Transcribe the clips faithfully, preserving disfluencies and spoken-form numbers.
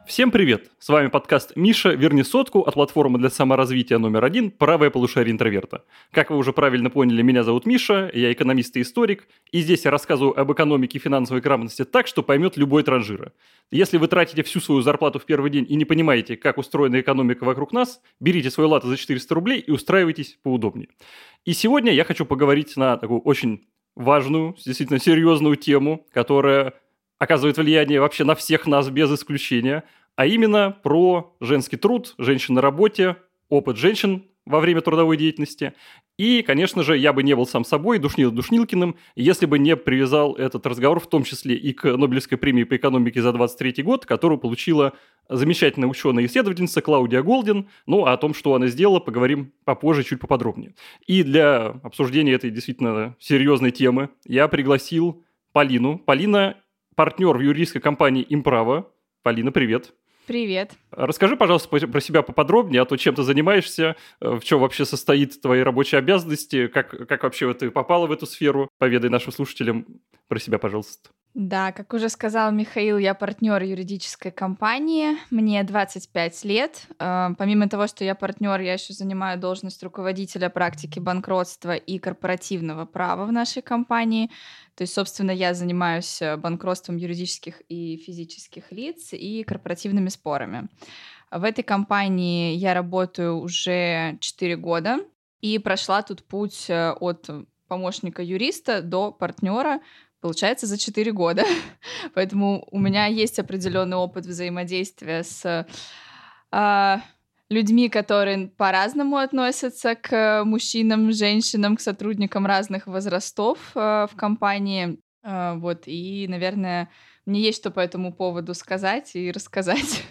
Всем привет! С вами подкаст «Миша, верни сотку» от платформы для саморазвития номер один «Правое полушарие интроверта». Как вы уже правильно поняли, меня зовут Миша, я экономист и историк, и здесь я рассказываю об экономике и финансовой грамотности так, что поймет любой транжира. Если вы тратите всю свою зарплату в первый день и не понимаете, как устроена экономика вокруг нас, берите свой латте за четыреста рублей и устраивайтесь поудобнее. И сегодня я хочу поговорить на такую очень важную, действительно серьезную тему, которая оказывает влияние вообще на всех нас без исключения, а именно про женский труд, женщин на работе, опыт женщин во время трудовой деятельности. И, конечно же, я бы не был сам собой, Душнил Душнилкиным, если бы не привязал этот разговор в том числе и к Нобелевской премии по экономике за двадцать третий год, которую получила замечательная ученая-исследовательница Клаудия Голдин. Ну, а о том, что она сделала, поговорим попозже, чуть поподробнее. И для обсуждения этой действительно серьезной темы я пригласил Полину. Полина – партнер в юридической компании «Имправо». Полина, привет. Привет. Расскажи, пожалуйста, про себя поподробнее, а то чем ты занимаешься, в чем вообще состоит твои рабочие обязанности, как, как вообще ты попала в эту сферу. Поведай нашим слушателям про себя, пожалуйста. Да, как уже сказал Михаил, я партнер юридической компании, мне двадцать пять лет. Помимо того, что я партнер, я еще занимаю должность руководителя практики банкротства и корпоративного права в нашей компании. То есть, собственно, я занимаюсь банкротством юридических и физических лиц и корпоративными спорами. В этой компании я работаю уже четыре года и прошла тут путь от помощника юриста до партнера, получается, за четыре года. Поэтому у меня есть определенный опыт взаимодействия с э, людьми, которые по-разному относятся к мужчинам, женщинам, к сотрудникам разных возрастов э, в компании. Э, вот, и, наверное, мне есть что по этому поводу сказать и рассказать.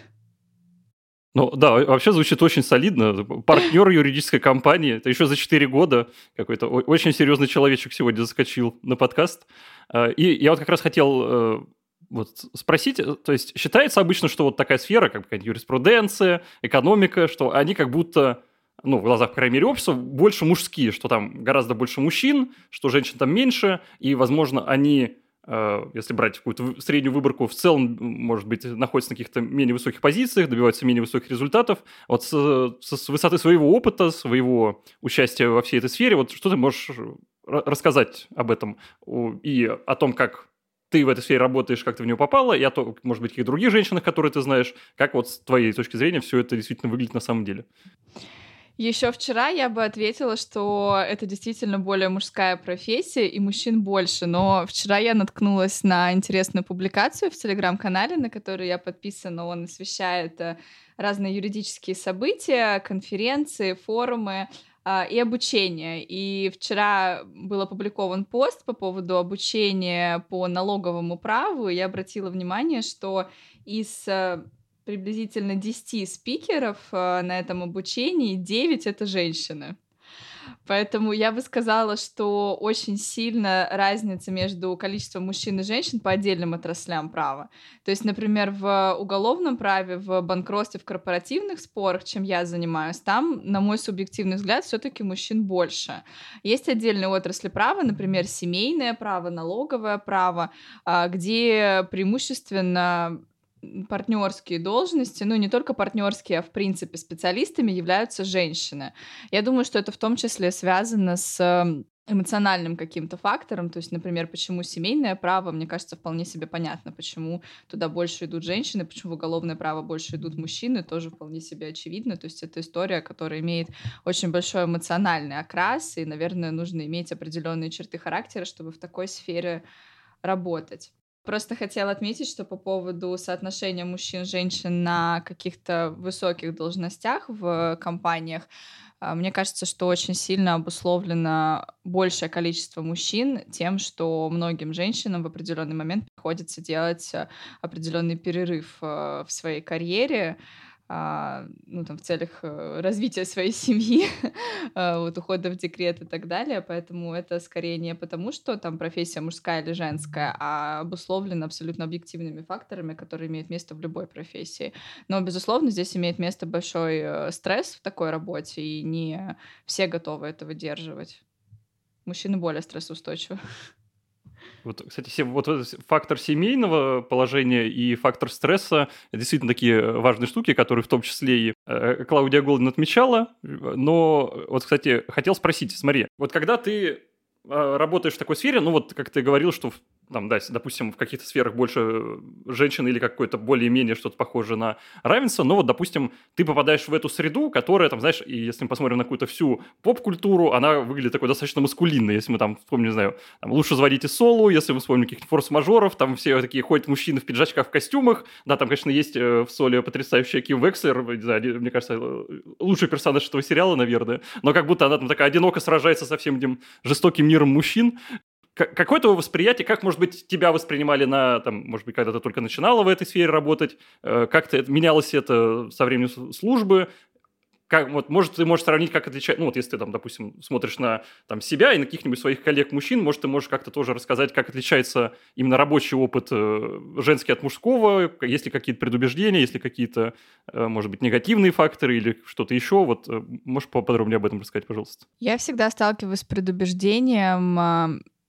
Ну да, вообще звучит очень солидно. Партнер юридической компании, это еще за четыре года. Какой-то очень серьезный человечек сегодня заскочил на подкаст. И я вот как раз хотел вот спросить, то есть считается обычно, что вот такая сфера, как какая-нибудь юриспруденция, экономика, что они как будто, ну, в глазах, по крайней мере, общества, больше мужские, что там гораздо больше мужчин, что женщин там меньше, и, возможно, они... если брать какую-то среднюю выборку, в целом, может быть, находятся на каких-то менее высоких позициях, добиваются менее высоких результатов. Вот с, с высоты своего опыта, своего участия во всей этой сфере, вот что ты можешь рассказать об этом и о том, как ты в этой сфере работаешь, как ты в нее попала, и о том, может быть, каких других женщинах, которые ты знаешь, как вот с твоей точки зрения все это действительно выглядит на самом деле? Еще вчера я бы ответила, что это действительно более мужская профессия, и мужчин больше. Но вчера я наткнулась на интересную публикацию в Телеграм-канале, на который я подписана. Он освещает разные юридические события, конференции, форумы и обучение. И вчера был опубликован пост по поводу обучения по налоговому праву. Я обратила внимание, что из приблизительно десять спикеров э, на этом обучении, девять — это женщины. Поэтому я бы сказала, что очень сильно разница между количеством мужчин и женщин по отдельным отраслям права. То есть, например, в уголовном праве, в банкротстве, в корпоративных спорах, чем я занимаюсь, там, на мой субъективный взгляд, все-таки мужчин больше. Есть отдельные отрасли права, например, семейное право, налоговое право, где преимущественно партнерские должности, ну не только партнерские, а в принципе специалистами являются женщины. Я думаю, что это в том числе связано с эмоциональным каким-то фактором, то есть, например, почему семейное право, мне кажется, вполне себе понятно, почему туда больше идут женщины, почему в уголовное право больше идут мужчины, тоже вполне себе очевидно, то есть это история, которая имеет очень большой эмоциональный окрас, и, наверное, нужно иметь определенные черты характера, чтобы в такой сфере работать. Просто хотела отметить, что по поводу соотношения мужчин-женщин на каких-то высоких должностях в компаниях, мне кажется, что очень сильно обусловлено большее количество мужчин тем, что многим женщинам в определенный момент приходится делать определенный перерыв в своей карьере, ну, там, в целях развития своей семьи, вот, ухода в декрет и так далее, поэтому это скорее не потому, что там профессия мужская или женская, а обусловлено абсолютно объективными факторами, которые имеют место в любой профессии. Но, безусловно, здесь имеет место большой стресс в такой работе, и не все готовы это выдерживать. Мужчины более стрессоустойчивы. Вот, кстати, се- вот этот фактор семейного положения и фактор стресса — это действительно такие важные штуки, которые в том числе и э, Клаудия Голдин отмечала. Но вот, кстати, хотел спросить, смотри, вот когда ты э, работаешь в такой сфере, ну вот как ты говорил, что в- там, да, с- допустим, в каких-то сферах больше женщин или какое-то более-менее что-то похожее на равенство, но вот, допустим, ты попадаешь в эту среду, которая, там, знаешь, и если мы посмотрим на какую-то всю поп-культуру, она выглядит такой достаточно маскулинной, если мы там вспомним, не знаю, там, лучше звоните Солу, если мы вспомним каких-то форс-мажоров, там все такие ходят мужчины в пиджачках, в костюмах, да, там, конечно, есть э, в Соле потрясающая Ким Векслер, не знаю, мне кажется, э, лучший персонаж этого сериала, наверное, но как будто она там такая одиноко сражается со всем этим жестоким миром мужчин. К- Какое твое восприятие, как, может быть, тебя воспринимали на, там, может быть, когда ты только начинала в этой сфере работать, э, как-то это, менялось это со временем с- службы, как, вот, может, ты можешь сравнить, как отличается, ну, вот если ты, там, допустим, смотришь на там, себя и на каких-нибудь своих коллег-мужчин, может, ты можешь как-то тоже рассказать, как отличается именно рабочий опыт э, женский от мужского, есть ли какие-то предубеждения, есть ли какие-то, э, может быть, негативные факторы или что-то еще, вот, э, можешь поподробнее об этом рассказать, пожалуйста? Я всегда сталкиваюсь с предубеждением а,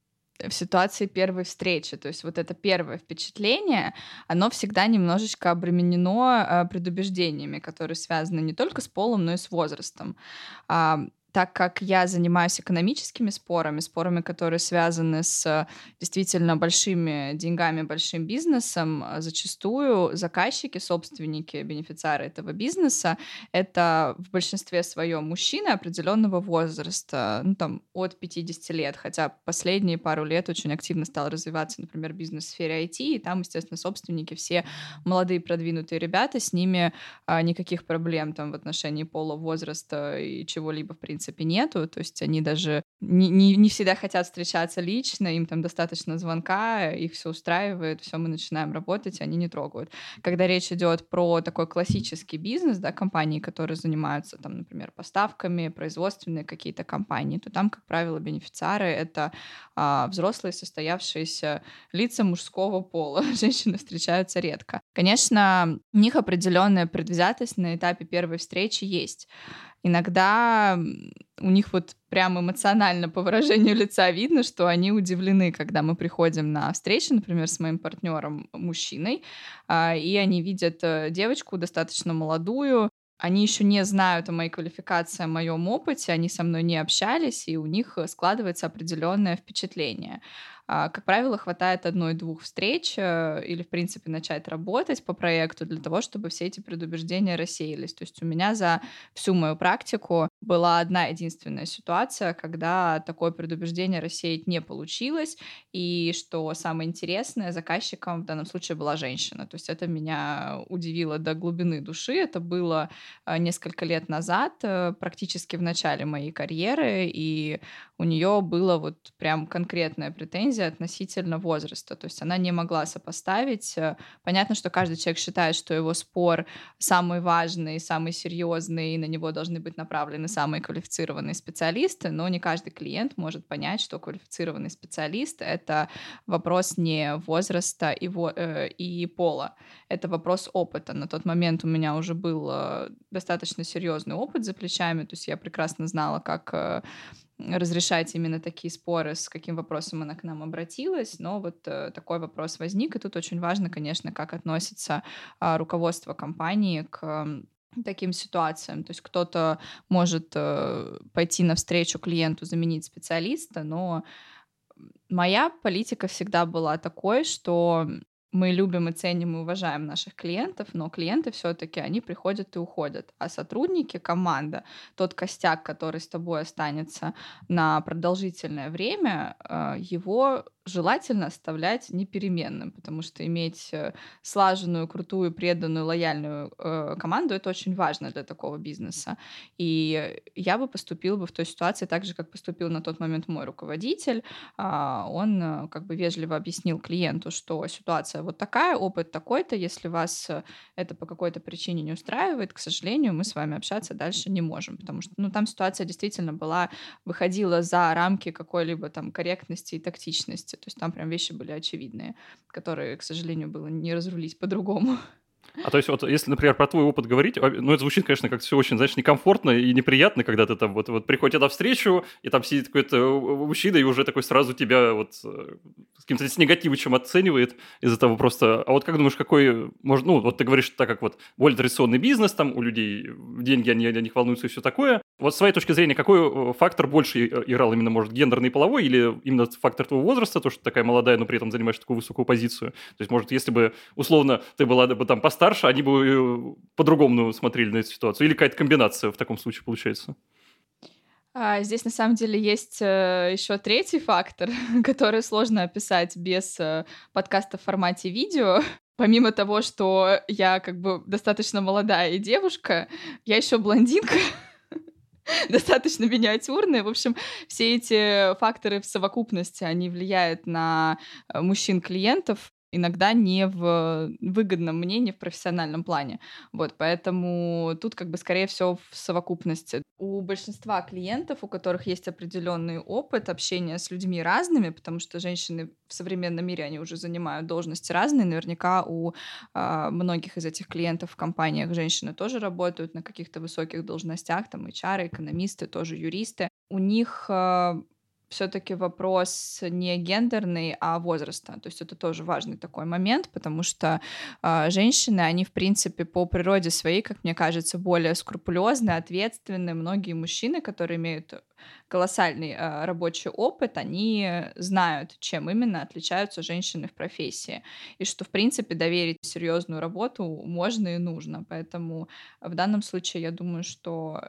в ситуации первой встречи. То есть вот это первое впечатление, оно всегда немножечко обременено а, предубеждениями, которые связаны не только с полом, но и с возрастом. А, так как я занимаюсь экономическими спорами, спорами, которые связаны с э, действительно большими деньгами, большим бизнесом, а, зачастую заказчики, собственники, бенефициары этого бизнеса — это в большинстве своем мужчины определенного возраста, ну там от пятидесяти лет, хотя последние пару лет очень активно стал развиваться, например, бизнес в сфере ай ти, и там, естественно, собственники все молодые продвинутые ребята, с ними а, никаких проблем там в отношении пола, возраста и чего-либо в принципе нету, то есть они даже не, не, не всегда хотят встречаться лично, им там достаточно звонка, их все устраивает, все, мы начинаем работать, они не трогают. Когда речь идет про такой классический бизнес, да, компании, которые занимаются там, например, поставками, производственные какие-то компании, то там, как правило, бенефициары — это а, взрослые состоявшиеся лица мужского пола. Женщины встречаются редко. Конечно, у них определенная предвзятость на этапе первой встречи есть. Иногда м, у них вот прям эмоционально по выражению лица видно, что они удивлены, когда мы приходим на встречу, например, с моим партнером мужчиной, а, и они видят э, девочку достаточно молодую, они еще не знают о моей квалификации, о моем опыте, они со мной не общались, и у них э, складывается определенное впечатление. А, Как правило, хватает одной-двух встреч э, или, в принципе, начать работать по проекту для того, чтобы все эти предубеждения рассеялись. То есть у меня за всю мою практику была одна единственная ситуация, когда такое предубеждение рассеять не получилось, и что самое интересное, заказчиком в данном случае была женщина. То есть это меня удивило до глубины души. Это было э, несколько лет назад, э, практически в начале моей карьеры, и у нее было вот прям конкретная претензия относительно возраста. То есть она не могла сопоставить. Э, Понятно, что каждый человек считает, что его спор самый важный, самый серьезный, и на него должны быть направлены самые квалифицированные специалисты, но не каждый клиент может понять, что квалифицированный специалист — это вопрос не возраста и, во- э, и пола, это вопрос опыта. На тот момент у меня уже был э, достаточно серьезный опыт за плечами, то есть я прекрасно знала, как э, разрешать именно такие споры, с каким вопросом она к нам обратилась, но вот э, такой вопрос возник, и тут очень важно, конечно, как относится а, руководство компании к м, таким ситуациям. То есть кто-то может э, пойти навстречу клиенту, заменить специалиста, но моя политика всегда была такой, что мы любим и ценим и уважаем наших клиентов, но клиенты все-таки, они приходят и уходят. А сотрудники, команда, тот костяк, который с тобой останется на продолжительное время, э, его желательно оставлять непеременным, потому что иметь э, слаженную, крутую, преданную, лояльную э, команду — это очень важно для такого бизнеса. И я бы поступила бы в той ситуации так же, как поступил на тот момент мой руководитель. А, Он э, как бы вежливо объяснил клиенту, что ситуация вот такая, опыт такой-то, если вас э, это по какой-то причине не устраивает, к сожалению, мы с вами общаться дальше не можем, потому что, ну, там ситуация действительно была, выходила за рамки какой-либо там корректности и тактичности, то есть там прям вещи были очевидные, которые, к сожалению, было не разрулить по-другому. А то есть вот если, например, про твой опыт говорить, ну, это звучит, конечно, как-то все очень, знаешь, некомфортно и неприятно, когда ты там вот, вот приходишь на встречу, и там сидит какой-то мужчина, и уже такой сразу тебя вот с каким-то с негативычем оценивает из-за того просто... А вот как думаешь, какой... Может, ну, вот ты говоришь, так как вот более традиционный бизнес, там у людей деньги, они о них волнуются и все такое. Вот с твоей точки зрения, какой фактор больше играл именно, может, гендерный и половой, или именно фактор твоего возраста, то, что ты такая молодая, но при этом занимаешь такую высокую позицию? То есть, может, если бы, условно, ты была бы там постарше, они бы по-другому смотрели на эту ситуацию. Или какая-то комбинация в таком случае получается? А, здесь на самом деле есть э, еще третий фактор, который сложно описать без э, подкаста в формате видео. Помимо того, что я как бы достаточно молодая и девушка, я еще блондинка, достаточно миниатюрная. В общем, все эти факторы в совокупности, они влияют на э, мужчин-клиентов, иногда не в выгодном мне, не в профессиональном плане. Вот, поэтому тут как бы скорее всего в совокупности. У большинства клиентов, у которых есть определенный опыт общения с людьми разными, потому что женщины в современном мире, они уже занимают должности разные, наверняка у а, многих из этих клиентов в компаниях женщины тоже работают на каких-то высоких должностях, там эйч ар, экономисты, тоже юристы. У них а, все-таки вопрос не гендерный, а возраста. То есть это тоже важный такой момент, потому что э, женщины, они, в принципе, по природе своей, как мне кажется, более скрупулезны, ответственны. Многие мужчины, которые имеют колоссальный э, рабочий опыт, они знают, чем именно отличаются женщины в профессии. И что, в принципе, доверить серьезную работу можно и нужно. Поэтому в данном случае я думаю, что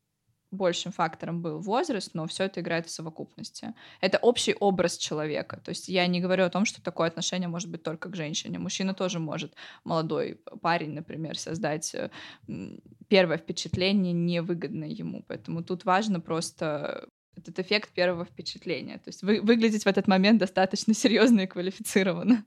большим фактором был возраст, но все это играет в совокупности. Это общий образ человека. То есть я не говорю о том, что такое отношение может быть только к женщине. Мужчина тоже может, молодой парень, например, создать первое впечатление невыгодное ему. Поэтому тут важно просто этот эффект первого впечатления. То есть вы, выглядеть в этот момент достаточно серьезно и квалифицированно.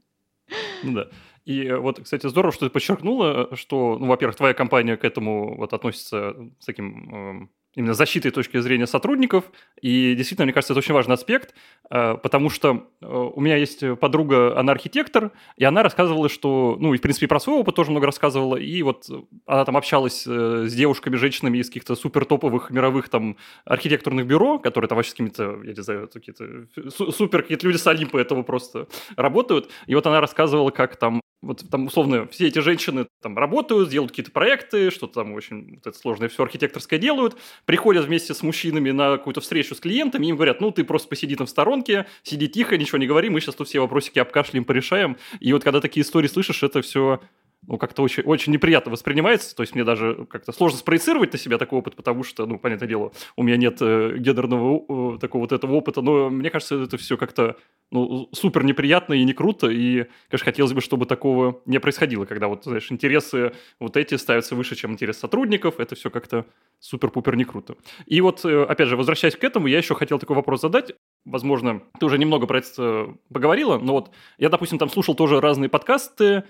Ну да. И вот, кстати, здорово, что ты подчеркнула, что, ну, во-первых, твоя компания к этому вот относится с таким... Э, именно защитой точки зрения сотрудников, и действительно, мне кажется, это очень важный аспект, потому что у меня есть подруга, она архитектор, и она рассказывала, что, ну, и, в принципе, про свой опыт тоже много рассказывала, и вот она там общалась с девушками, женщинами из каких-то супертоповых мировых там архитектурных бюро, которые там вообще с какими-то, я не знаю, какие-то супер, какие-то люди с Олимпа этого просто работают, и вот она рассказывала, как там вот там, условно, все эти женщины там работают, делают какие-то проекты, что-то там очень вот это сложное все архитекторское делают, приходят вместе с мужчинами на какую-то встречу с клиентами, им говорят, ну, ты просто посиди там в сторонке, сиди тихо, ничего не говори, мы сейчас тут все вопросики обкашляем, порешаем. И вот когда такие истории слышишь, это все... ну, как-то очень, очень неприятно воспринимается, то есть мне даже как-то сложно спроецировать на себя такой опыт, потому что, ну, понятное дело, у меня нет э, гендерного э, такого вот этого опыта, но мне кажется, это все как-то, ну, супер неприятно и не круто, и, конечно, хотелось бы, чтобы такого не происходило, когда вот, знаешь, интересы вот эти ставятся выше, чем интерес сотрудников, это все как-то супер-пупер не круто. И вот, э, опять же, возвращаясь к этому, я еще хотел такой вопрос задать, возможно, ты уже немного про это поговорила, но вот я, допустим, там слушал тоже разные подкасты,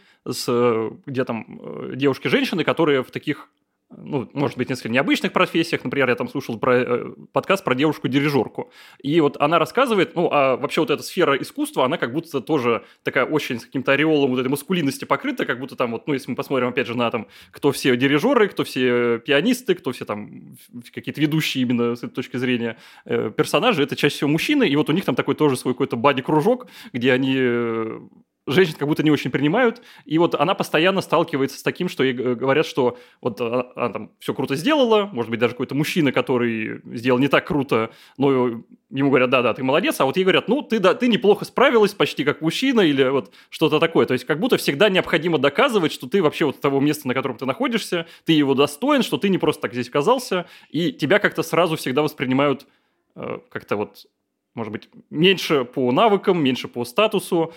с, где там девушки-женщины, которые в таких, ну, может быть, несколько необычных профессиях. Например, я там слушал про, э, подкаст про девушку-дирижерку. И вот она рассказывает, ну, а вообще вот эта сфера искусства, она как будто тоже такая очень с каким-то ореолом вот этой маскулинности покрыта, как будто там вот, ну, если мы посмотрим, опять же, на там, кто все дирижеры, кто все пианисты, кто все там какие-то ведущие именно с этой точки зрения э, персонажи, это чаще всего мужчины, и вот у них там такой тоже свой какой-то бади-кружок, где они... Э, женщин как будто не очень принимают, и вот она постоянно сталкивается с таким, что ей говорят, что вот она, она там все круто сделала, может быть, даже какой-то мужчина, который сделал не так круто, но ему говорят, да-да, ты молодец, а вот ей говорят, ну, ты, да, ты неплохо справилась, почти как мужчина, или вот что-то такое, то есть как будто всегда необходимо доказывать, что ты вообще вот того места, на котором ты находишься, ты его достоин, что ты не просто так здесь оказался, и тебя как-то сразу всегда воспринимают э, как-то вот, может быть, меньше по навыкам, меньше по статусу.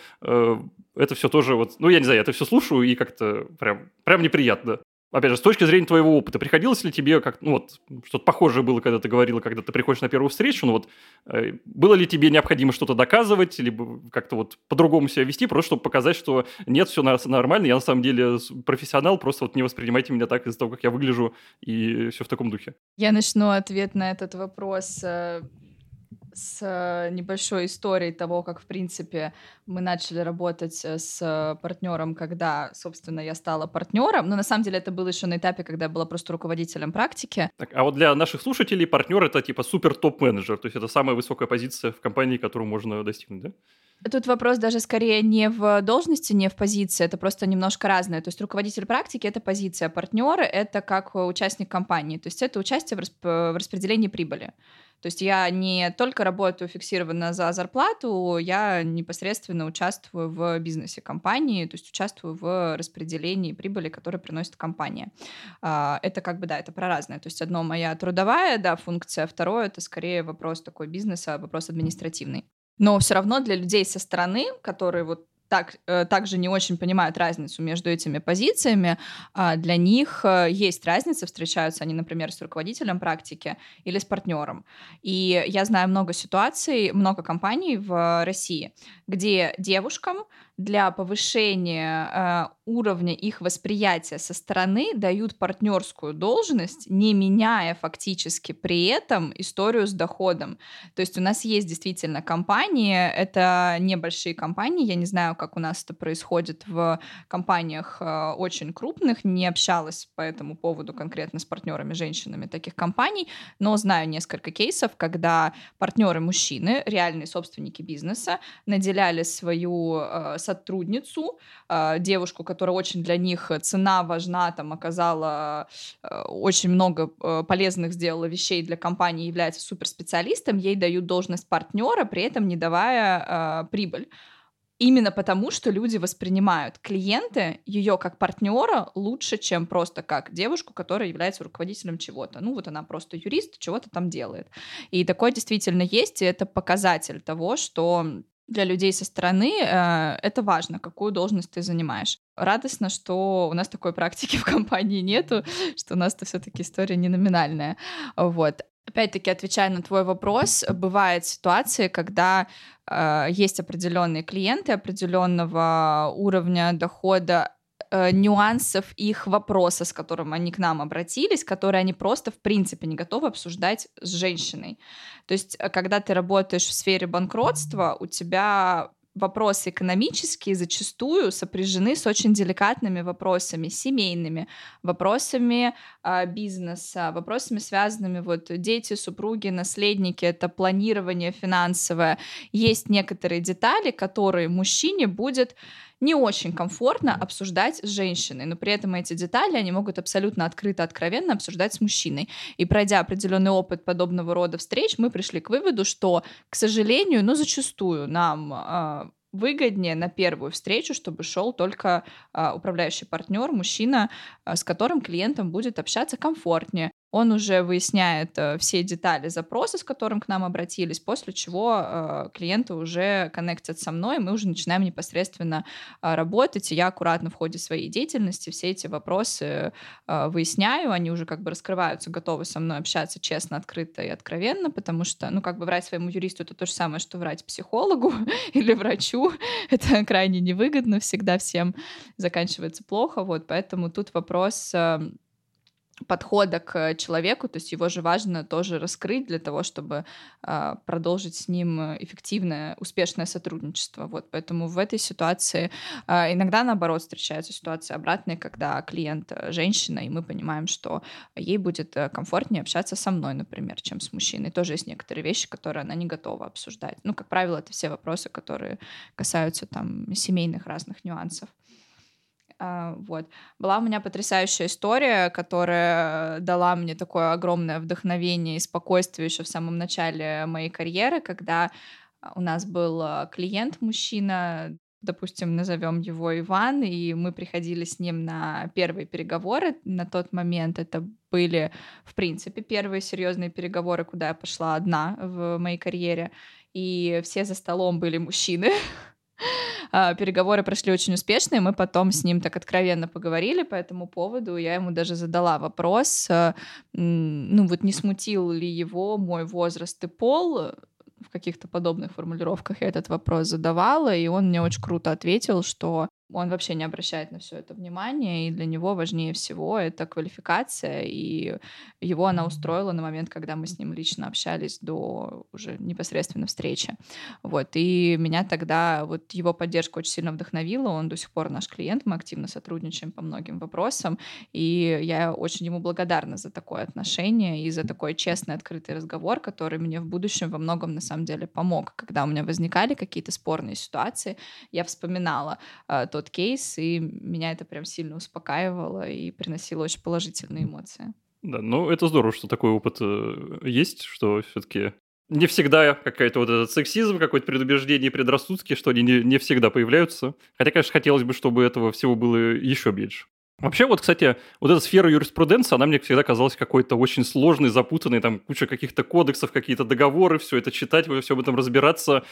Это все тоже вот... Ну, я не знаю, я это все слушаю, и как-то прям, прям неприятно. Опять же, с точки зрения твоего опыта, приходилось ли тебе как ну, вот, что-то похожее было, когда ты говорила, когда ты приходишь на первую встречу, ну вот, э, было ли тебе необходимо что-то доказывать, либо как-то вот по-другому себя вести, просто чтобы показать, что нет, все нормально, я на самом деле профессионал, просто вот не воспринимайте меня так из-за того, как я выгляжу, и все в таком духе? Я начну ответ на этот вопрос с э, небольшой историей того, как, в принципе, мы начали работать э, с партнером, когда, собственно, я стала партнером. Но на самом деле это было еще на этапе, когда я была просто руководителем практики. Так, а вот для наших слушателей партнер это типа супер топ-менеджер, то есть это самая высокая позиция в компании, которую можно достигнуть, да? Тут вопрос даже скорее не в должности, не в позиции, это просто немножко разное. То есть руководитель практики — это позиция, партнер — это как участник компании, то есть это участие в, расп- в распределении прибыли. То есть я не только работаю фиксированно за зарплату, я непосредственно участвую в бизнесе компании, то есть участвую в распределении прибыли, которую приносит компания. А, Это как бы, да, это про разное. То есть одно моя трудовая, да, функция, второе — это скорее вопрос такой бизнеса, вопрос административный. Но все равно для людей со стороны, которые вот так, э, также не очень понимают разницу между этими позициями, а, для них э, есть разница, встречаются они, например, с руководителем практики или с партнером. И я знаю много ситуаций, много компаний в России, где девушкам для повышения э, уровня их восприятия со стороны дают партнерскую должность, не меняя фактически при этом историю с доходом. То есть у нас есть действительно компании, это небольшие компании, я не знаю, как у нас это происходит в компаниях э, очень крупных, не общалась по этому поводу конкретно с партнерами, женщинами таких компаний, но знаю несколько кейсов, когда партнеры мужчины, реальные собственники бизнеса, наделяли свою э, сотрудницу, э, девушку, которая очень для них цена важна, там оказала э, очень много э, полезных сделала вещей для компании, является суперспециалистом, ей дают должность партнера, при этом не давая э, прибыль. Именно потому, что люди воспринимают клиенты ее как партнера лучше, чем просто как девушку, которая является руководителем чего-то. Ну вот она просто юрист, чего-то там делает. И такое действительно есть, и это показатель того, что для людей со стороны э, это важно, какую должность ты занимаешь. Радостно, что у нас такой практики в компании нету, что у нас-то все-таки история не номинальная. Вот. Опять-таки, отвечая на твой вопрос, бывают ситуации, когда э, есть определенные клиенты определенного уровня дохода, э, нюансов их вопроса, с которым они к нам обратились, которые они просто в принципе не готовы обсуждать с женщиной. То есть, э, когда ты работаешь в сфере банкротства, у тебя вопросы экономические зачастую сопряжены с очень деликатными вопросами семейными, вопросами а, бизнеса, вопросами, связанными вот дети, супруги, наследники, это планирование финансовое. Есть некоторые детали, которые мужчине будет не очень комфортно обсуждать с женщиной, но при этом эти детали они могут абсолютно открыто, откровенно обсуждать с мужчиной. И пройдя определенный опыт подобного рода встреч, мы пришли к выводу, что, к сожалению, ну зачастую нам э, выгоднее на первую встречу, чтобы шел только э, управляющий партнер, мужчина, э, с которым клиентам будет общаться комфортнее. Он уже выясняет э, все детали запроса, с которым к нам обратились, после чего э, клиенты уже коннектят со мной, и мы уже начинаем непосредственно э, работать, и я аккуратно в ходе своей деятельности все эти вопросы э, выясняю, они уже как бы раскрываются, готовы со мной общаться честно, открыто и откровенно, потому что, ну, как бы врать своему юристу — это то же самое, что врать психологу или врачу, это крайне невыгодно, всегда всем заканчивается плохо, вот, поэтому тут вопрос э, подхода к человеку, то есть его же важно тоже раскрыть для того, чтобы э, продолжить с ним эффективное, успешное сотрудничество. Вот, поэтому в этой ситуации э, иногда, наоборот, встречаются ситуации обратные, когда клиент э, женщина, и мы понимаем, что ей будет э, комфортнее общаться со мной, например, чем с мужчиной. Тоже есть некоторые вещи, которые она не готова обсуждать. Ну, как правило, это все вопросы, которые касаются там семейных разных нюансов. А, Вот. Была у меня потрясающая история, которая дала мне такое огромное вдохновение и спокойствие еще в самом начале моей карьеры, когда у нас был а, клиент, мужчина, допустим, назовем его Иван, и мы приходили с ним на первые переговоры. На тот момент это были, в принципе, первые серьезные переговоры, куда я пошла одна в моей карьере, и все за столом были мужчины. А, Переговоры прошли очень успешно, и мы потом с ним так откровенно поговорили по этому поводу. Я ему даже задала вопрос, э, м, ну вот не смутил ли его мой возраст и пол. В каких-то подобных формулировках я этот вопрос задавала, и он мне очень круто ответил, что он вообще не обращает на все это внимания, и для него важнее всего это квалификация, и его она устроила на момент, когда мы с ним лично общались до уже непосредственно встречи. Вот, и меня тогда вот его поддержка очень сильно вдохновила, он до сих пор наш клиент, мы активно сотрудничаем по многим вопросам, и я очень ему благодарна за такое отношение и за такой честный, открытый разговор, который мне в будущем во многом на самом деле помог. Когда у меня возникали какие-то спорные ситуации, я вспоминала э, тот кейс, и меня это прям сильно успокаивало и приносило очень положительные эмоции. Да, ну это здорово, что такой опыт э, есть, что все-таки не всегда какой-то вот этот сексизм, какое-то предубеждение и предрассудки, что они не, не всегда появляются. Хотя, конечно, хотелось бы, чтобы этого всего было еще меньше. Вообще, вот, кстати, вот эта сфера юриспруденции, она мне всегда казалась какой-то очень сложной, запутанной, там куча каких-то кодексов, какие-то договоры, все это читать, во всем этом разбираться,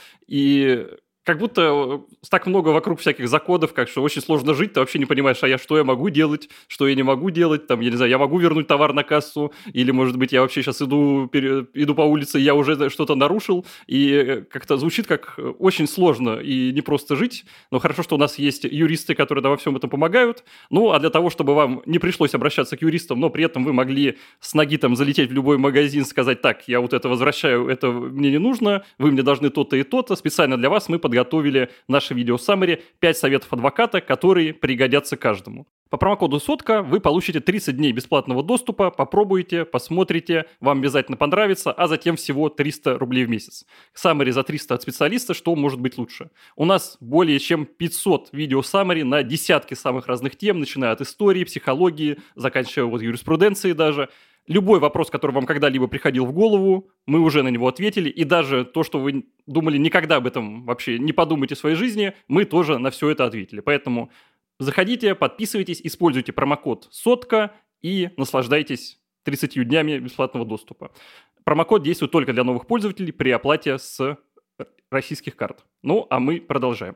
и как будто так много вокруг всяких законов, как что очень сложно жить, ты вообще не понимаешь, а я что я могу делать, что я не могу делать, там, я не знаю, я могу вернуть товар на кассу, или, может быть, я вообще сейчас иду, пере, иду по улице, и я уже что-то нарушил, и как-то звучит как очень сложно и не просто жить, но хорошо, что у нас есть юристы, которые нам во всем этом помогают, ну, а для того, чтобы вам не пришлось обращаться к юристам, но при этом вы могли с ноги там залететь в любой магазин, сказать, так, я вот это возвращаю, это мне не нужно, вы мне должны то-то и то-то, специально для вас мы подготовили подготовили наше видео саммари пять советов адвоката, которые пригодятся каждому. По промокоду сотка вы получите тридцать дней бесплатного доступа, попробуйте, посмотрите, вам обязательно понравится, а затем всего триста рублей в месяц. Саммари за триста от специалиста, что может быть лучше. У нас более чем пятьсот видео саммари на десятки самых разных тем, начиная от истории, психологии, заканчивая вот юриспруденцией даже. Любой вопрос, который вам когда-либо приходил в голову, мы уже на него ответили, и даже то, что вы думали никогда об этом вообще не подумайте в своей жизни, мы тоже на все это ответили. Поэтому заходите, подписывайтесь, используйте промокод сотка и наслаждайтесь тридцатью днями бесплатного доступа. Промокод действует только для новых пользователей при оплате с российских карт. Ну, а мы продолжаем.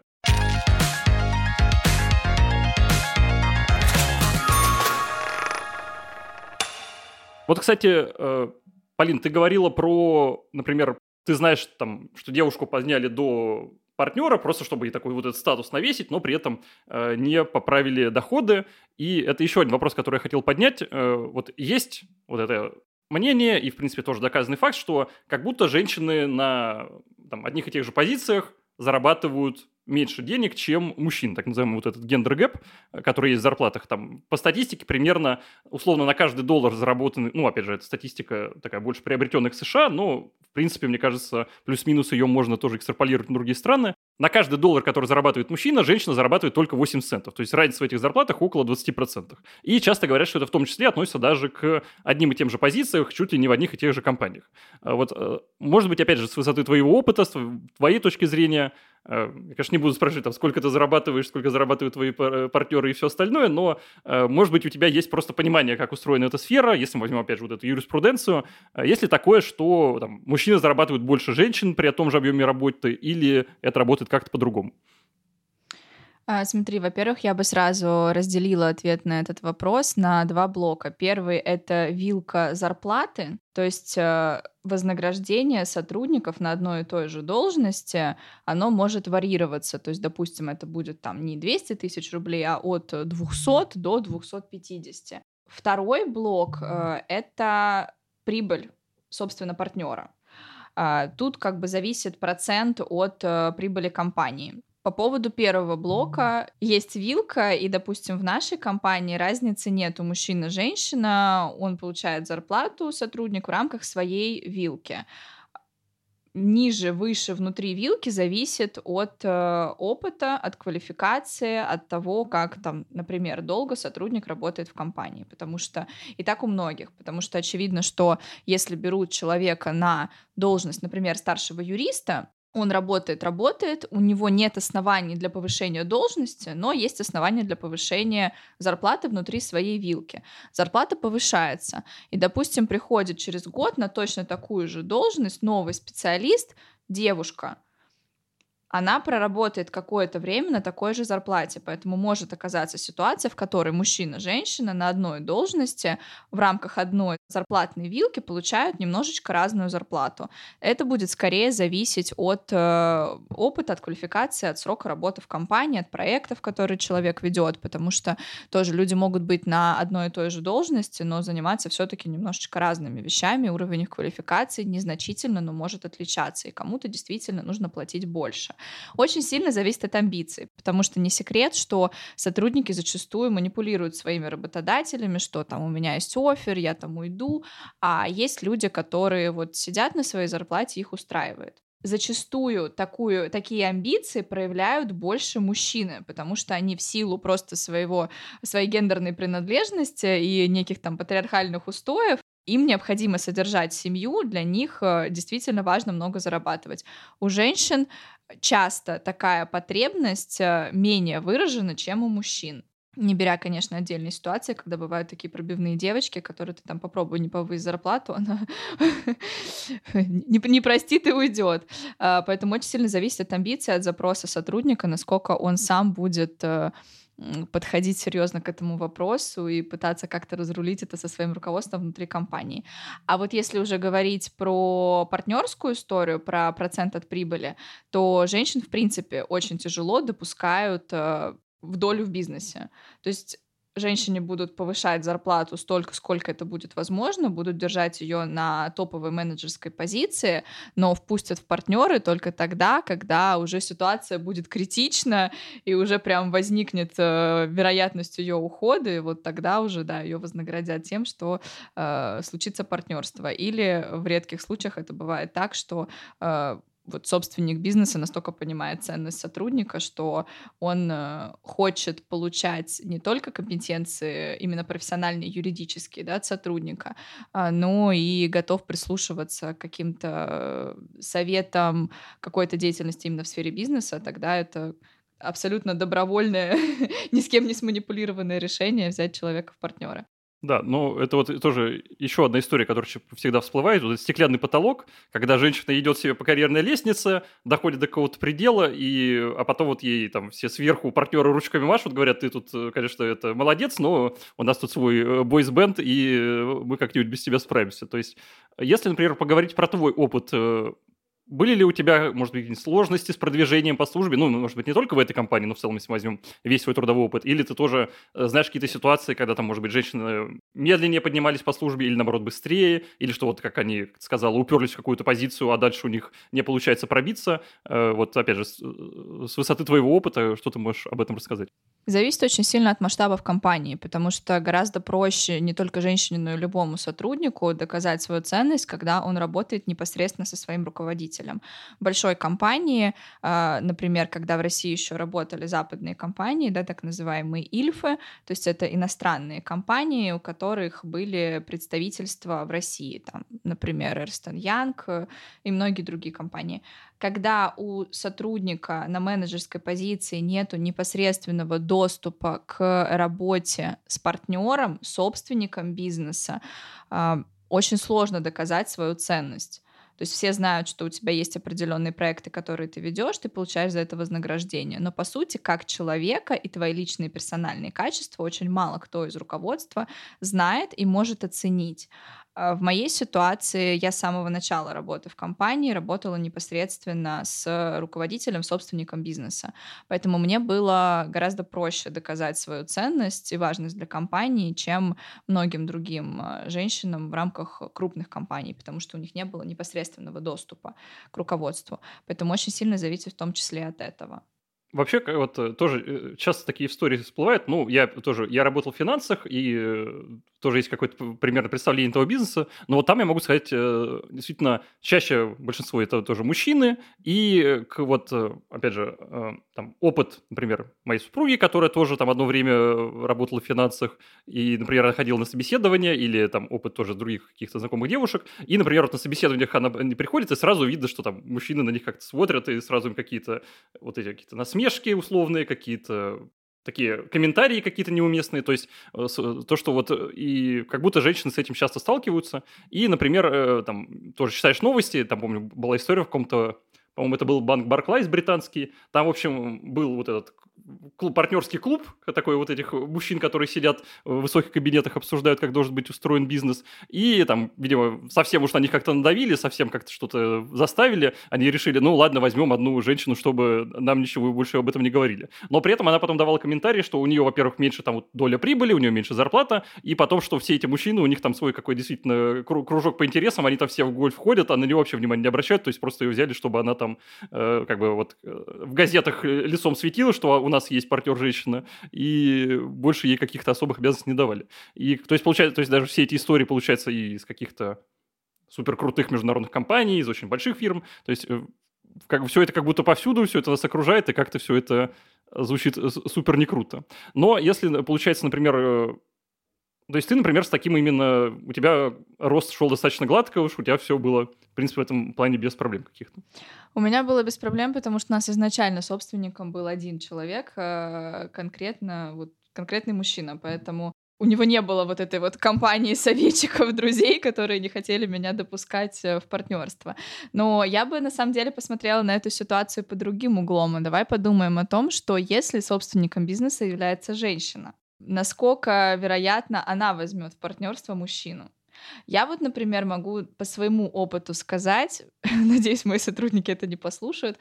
Вот, кстати, Полин, ты говорила про, например, ты знаешь, там, что девушку подняли до партнера, просто чтобы ей такой вот этот статус навесить, но при этом э, не поправили доходы. И это еще один вопрос, который я хотел поднять. Э, вот есть вот это мнение, и, в принципе, тоже доказанный факт, что как будто женщины на там, одних и тех же позициях зарабатывают меньше денег, чем мужчин, так называемый вот этот гендер-гэп, который есть в зарплатах. Там, по статистике примерно, условно, на каждый доллар заработанный, ну, опять же, это статистика такая больше приобретенных в США, но, в принципе, мне кажется, плюс-минус ее можно тоже экстраполировать на другие страны. На каждый доллар, который зарабатывает мужчина, женщина зарабатывает только восемь центов. То есть разница в этих зарплатах около двадцать процентов. И часто говорят, что это в том числе относится даже к одним и тем же позициям, чуть ли не в одних и тех же компаниях. Вот, может быть, опять же, с высоты твоего опыта, с твоей точки зрения, я, конечно, не буду спрашивать, там, сколько ты зарабатываешь, сколько зарабатывают твои партнеры и все остальное, но, может быть, у тебя есть просто понимание, как устроена эта сфера, если мы возьмем, опять же, вот эту юриспруденцию. Есть ли такое, что там, мужчины зарабатывают больше женщин при том же объеме работы, или это работает как-то по-другому? А, Смотри, во-первых, я бы сразу разделила ответ на этот вопрос на два блока. Первый — это вилка зарплаты, то есть э, вознаграждение сотрудников на одной и той же должности, оно может варьироваться. То есть, допустим, это будет там не двести тысяч рублей, а от двухсот до двухсот пятидесяти. Второй блок э, — это прибыль, собственно, партнера. А, Тут как бы зависит процент от э, прибыли компании. По поводу первого блока есть вилка, и, допустим, в нашей компании разницы нет у мужчины и женщина, он получает зарплату, сотрудник, в рамках своей вилки. Ниже, выше, внутри вилки зависит от э, опыта, от квалификации, от того, как там, например, долго сотрудник работает в компании, потому что и так у многих, потому что очевидно, что если берут человека на должность, например, старшего юриста, он работает, работает, у него нет оснований для повышения должности, но есть основания для повышения зарплаты внутри своей вилки. Зарплата повышается, и, допустим, приходит через год на точно такую же должность новый специалист, девушка. она проработает какое-то время на такой же зарплате. Поэтому может оказаться ситуация, в которой мужчина и женщина на одной должности в рамках одной зарплатной вилки получают немножечко разную зарплату. Это будет скорее зависеть от э, опыта, от квалификации, от срока работы в компании, от проектов, которые человек ведет, потому что тоже люди могут быть на одной и той же должности, но заниматься все-таки немножечко разными вещами, уровень их квалификации незначительно, но может отличаться, и кому-то действительно нужно платить больше. Очень сильно зависит от амбиций, потому что не секрет, что сотрудники зачастую манипулируют своими работодателями, что там у меня есть оффер, я там уйду, а есть люди, которые вот сидят на своей зарплате, их устраивает. Зачастую такую, такие амбиции проявляют больше мужчины, потому что они в силу просто своего, своей гендерной принадлежности и неких там патриархальных устоев, им необходимо содержать семью, для них э, действительно важно много зарабатывать. У женщин часто такая потребность э, менее выражена, чем у мужчин. Не беря, конечно, отдельные ситуации, когда бывают такие пробивные девочки, которые ты там попробуй не повысь зарплату, она не, не простит и уйдет. А, Поэтому очень сильно зависит от амбиций, от запроса сотрудника, насколько он сам будет э, м, подходить серьезно к этому вопросу и пытаться как-то разрулить это со своим руководством внутри компании. А вот если уже говорить про партнерскую историю, про процент от прибыли, то женщин, в принципе, очень тяжело допускают э, в долю в бизнесе. То есть женщине будут повышать зарплату столько, сколько это будет возможно, будут держать ее на топовой менеджерской позиции, но впустят в партнеры только тогда, когда уже ситуация будет критична и уже прям возникнет э, вероятность ее ухода, и вот тогда уже, да, ее вознаградят тем, что э, случится партнерство. Или в редких случаях это бывает так, что э, вот собственник бизнеса настолько понимает ценность сотрудника, что он э, хочет получать не только компетенции именно профессиональные, юридические, да, от сотрудника, а, но и готов прислушиваться к каким-то э, советам какой-то деятельности именно в сфере бизнеса, тогда это абсолютно добровольное, ни с кем не сманипулированное решение взять человека в партнеры. Да, ну это вот тоже еще одна история, которая чё- всегда всплывает. Вот этот стеклянный потолок, когда женщина идет себе по карьерной лестнице, доходит до какого-то предела, и, а потом вот ей там все сверху партнеры ручками машут, говорят, ты тут, э, конечно, это молодец, но у нас тут свой бойсбенд, и э, мы как-нибудь без тебя справимся. То есть, если, например, поговорить про твой опыт, э, были ли у тебя, может быть, какие-нибудь сложности с продвижением по службе? Ну, может быть, не только в этой компании, но в целом, если мы возьмем весь свой трудовой опыт. Или ты тоже э, знаешь какие-то ситуации, когда там, может быть, женщины медленнее поднимались по службе или, наоборот, быстрее, или что вот, как они сказала, уперлись в какую-то позицию, а дальше у них не получается пробиться. Э, Вот, опять же, с, э, с высоты твоего опыта, что ты можешь об этом рассказать? Зависит очень сильно от масштабов компании, потому что гораздо проще не только женщине, но и любому сотруднику доказать свою ценность, когда он работает непосредственно со своим руководителем. В большой компании, а, например, когда в России еще работали западные компании, да, так называемые ИЛьФы, то есть это иностранные компании, у которых были представительства в России, там, например, Эрнст энд Янг э, и многие другие компании. Когда у сотрудника на менеджерской позиции нету непосредственного доступа к работе с партнером, собственником бизнеса, а, очень сложно доказать свою ценность. То есть все знают, что у тебя есть определенные проекты, которые ты ведешь, ты получаешь за это вознаграждение. Но по сути, как человека и твои личные персональные качества очень мало кто из руководства знает и может оценить. А В моей ситуации я с самого начала работы в компании работала непосредственно с руководителем, собственником бизнеса. Поэтому мне было гораздо проще доказать свою ценность и важность для компании, чем многим другим э, женщинам в рамках крупных компаний, потому что у них не было непосредственного доступа к руководству. Поэтому очень сильно зависит в том числе от этого. Вообще, как вот э, тоже э, часто такие истории всплывают. Ну, я тоже, я работал в финансах, и э, тоже есть какое-то п- примерное представление этого бизнеса. Но вот там я могу сказать, э, действительно, чаще большинство это тоже мужчины. И э, к вот, э, опять же, э, там опыт, например, моей супруги, которая тоже там одно время э, работала в финансах, и, например, ходила на собеседование, или там опыт тоже других каких-то знакомых девушек. И, например, вот на собеседованиях она не приходит, и сразу видно, что там мужчины на них как-то смотрят, и сразу им какие-то вот эти какие-то насмешки условные, какие-то такие комментарии какие-то неуместные, то есть э, с- то, что вот э, и как будто женщины с этим часто сталкиваются. И, например, э, там тоже читаешь новости, там, помню, была история в каком-то по-моему, это был банк Barclays британский, там, в общем, был вот этот клуб, партнерский клуб, такой вот этих мужчин, которые сидят в высоких кабинетах, обсуждают, как должен быть устроен бизнес, и там, видимо, совсем уж на них как-то надавили, совсем как-то что-то заставили, они решили, ну ладно, возьмем одну женщину, чтобы нам ничего больше об этом не говорили. Но при этом она потом давала комментарии, что у нее, во-первых, меньше там вот доля прибыли, у нее меньше зарплата, и потом, что все эти мужчины, у них там свой какой действительно кружок по интересам, они там все в гольф ходят, а на нее вообще внимания не обращают, то есть просто ее взяли, чтобы она там э, как бы вот э, в газетах лицом светила, что у нас есть партнер-женщина, и больше ей каких-то особых обязанностей не давали. И, то есть, получается, то есть даже все эти истории, получается, и из каких-то суперкрутых международных компаний, из очень больших фирм, то есть как, все это как будто повсюду, все это нас окружает, и как-то все это звучит супер не круто. Но если, получается, например, то есть ты, например, с таким именно... У тебя рост шел достаточно гладко, уж у тебя все было, в принципе, в этом плане без проблем каких-то. У меня было без проблем, потому что у нас изначально собственником был один человек, конкретно, вот, конкретный мужчина, поэтому у него не было вот этой вот компании советчиков, друзей, которые не хотели меня допускать в партнерство. Но я бы, на самом деле, посмотрела на эту ситуацию под другим углом. И давай подумаем о том, что если собственником бизнеса является женщина, насколько вероятно она возьмет в партнерство мужчину. Я вот, например, могу по своему опыту сказать, надеюсь, мои сотрудники это не послушают,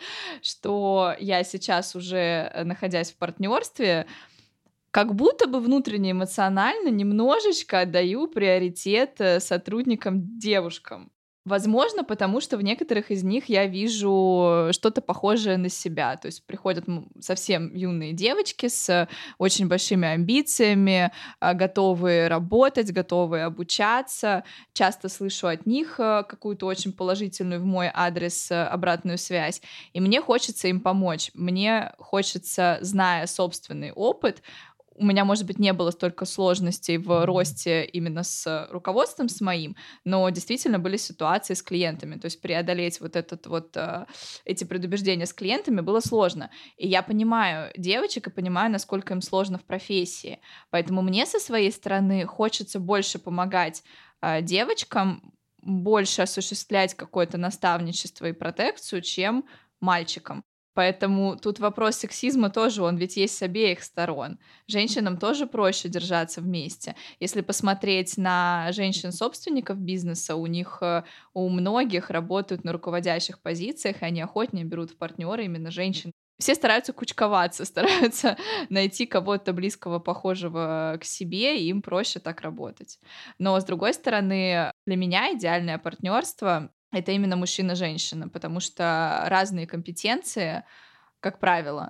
что я сейчас уже, находясь в партнерстве, как будто бы внутренне эмоционально немножечко отдаю приоритет сотрудникам-девушкам. Возможно, потому что в некоторых из них я вижу что-то похожее на себя. То есть приходят совсем юные девочки с очень большими амбициями, готовые работать, готовые обучаться. Часто слышу от них какую-то очень положительную в мой адрес обратную связь. И мне хочется им помочь. Мне хочется, зная собственный опыт, у меня, может быть, не было столько сложностей в росте именно с руководством с моим, но действительно были ситуации с клиентами, то есть преодолеть вот, этот вот эти предубеждения с клиентами было сложно. И я понимаю девочек и понимаю, насколько им сложно в профессии. Поэтому мне со своей стороны хочется больше помогать девочкам, больше осуществлять какое-то наставничество и протекцию, чем мальчикам. Поэтому тут вопрос сексизма тоже, он ведь есть с обеих сторон. Женщинам тоже проще держаться вместе. Если посмотреть на женщин-собственников бизнеса, у них, у многих работают на руководящих позициях, и они охотнее берут в партнеры именно женщин. Все стараются кучковаться, стараются найти кого-то близкого, похожего к себе, и им проще так работать. Но, с другой стороны, для меня идеальное партнерство — это именно мужчина-женщина, потому что разные компетенции, как правило,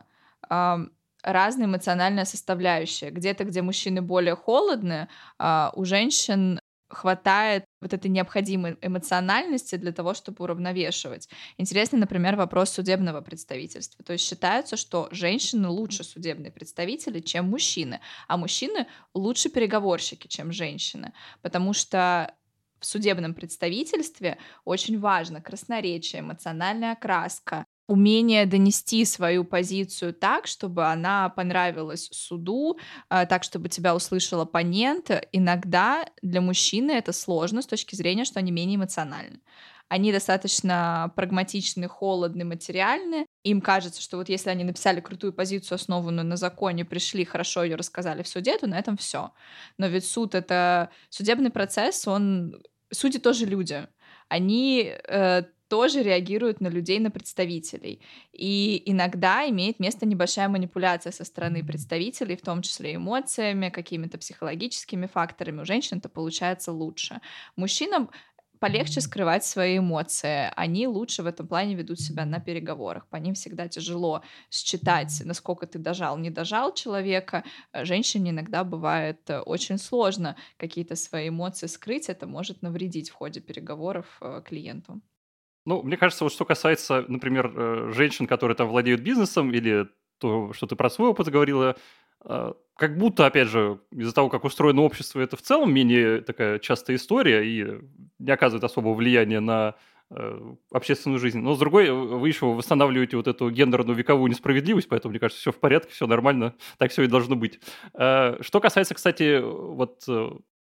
разная эмоциональная составляющая. Где-то, где мужчины более холодны, у женщин хватает вот этой необходимой эмоциональности для того, чтобы уравновешивать. Интересный, например, вопрос судебного представительства. То есть считается, что женщины лучше судебные представители, чем мужчины, а мужчины лучше переговорщики, чем женщины, потому что в судебном представительстве очень важно красноречие, эмоциональная окраска, умение донести свою позицию так, чтобы она понравилась суду, так, чтобы тебя услышал оппонент. Иногда для мужчины это сложно с точки зрения, что они менее эмоциональны. Они достаточно прагматичны, холодны, материальны. Им кажется, что вот если они написали крутую позицию, основанную на законе, пришли, хорошо ее рассказали в суде, то на этом все. Но ведь суд — это судебный процесс, он... Судьи тоже люди. Они э, тоже реагируют на людей, на представителей. И иногда имеет место небольшая манипуляция со стороны представителей, в том числе эмоциями, какими-то психологическими факторами. У женщин это получается лучше. Мужчинам полегче скрывать свои эмоции. Они лучше в этом плане ведут себя на переговорах. По ним всегда тяжело считать, насколько ты дожал, не дожал человека. Женщине иногда бывает очень сложно какие-то свои эмоции скрыть. Это может навредить в ходе переговоров клиенту. Ну, мне кажется, вот что касается, например, женщин, которые там владеют бизнесом, или то, что ты про свой опыт говорила, как будто, опять же, из-за того, как устроено общество, это в целом менее такая частая история и не оказывает особого влияния на э, общественную жизнь. Но, с другой, вы еще восстанавливаете вот эту гендерную вековую несправедливость, поэтому, мне кажется, все в порядке, все нормально, так все и должно быть. Э, что касается, кстати, вот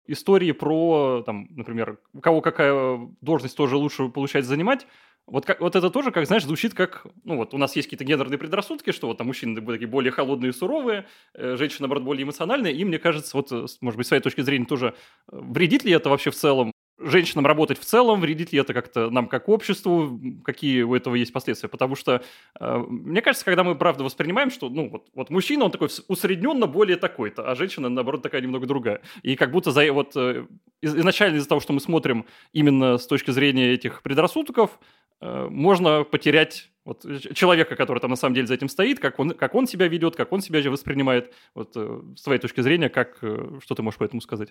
истории про, там, например, у кого какая должность тоже лучше получается занимать, вот, как, вот это тоже, как, знаешь, звучит как... Ну, вот у нас есть какие-то гендерные предрассудки, что вот там мужчины такие более холодные и суровые, э, женщины, наоборот, более эмоциональные. И мне кажется, вот, может быть, с своей точки зрения тоже, вредит ли это вообще в целом женщинам работать в целом, вредит ли это как-то нам как обществу, какие у этого есть последствия? Потому что, э, мне кажется, когда мы, правда, воспринимаем, что, ну, вот, вот мужчина, он такой усредненно более такой-то, а женщина, наоборот, такая немного другая. И как будто за, вот, э, изначально из-за того, что мы смотрим именно с точки зрения этих предрассудков, можно потерять вот человека, который там на самом деле за этим стоит, как он, как он себя ведет, как он себя же воспринимает. Вот с твоей точки зрения, как, что ты можешь по этому сказать?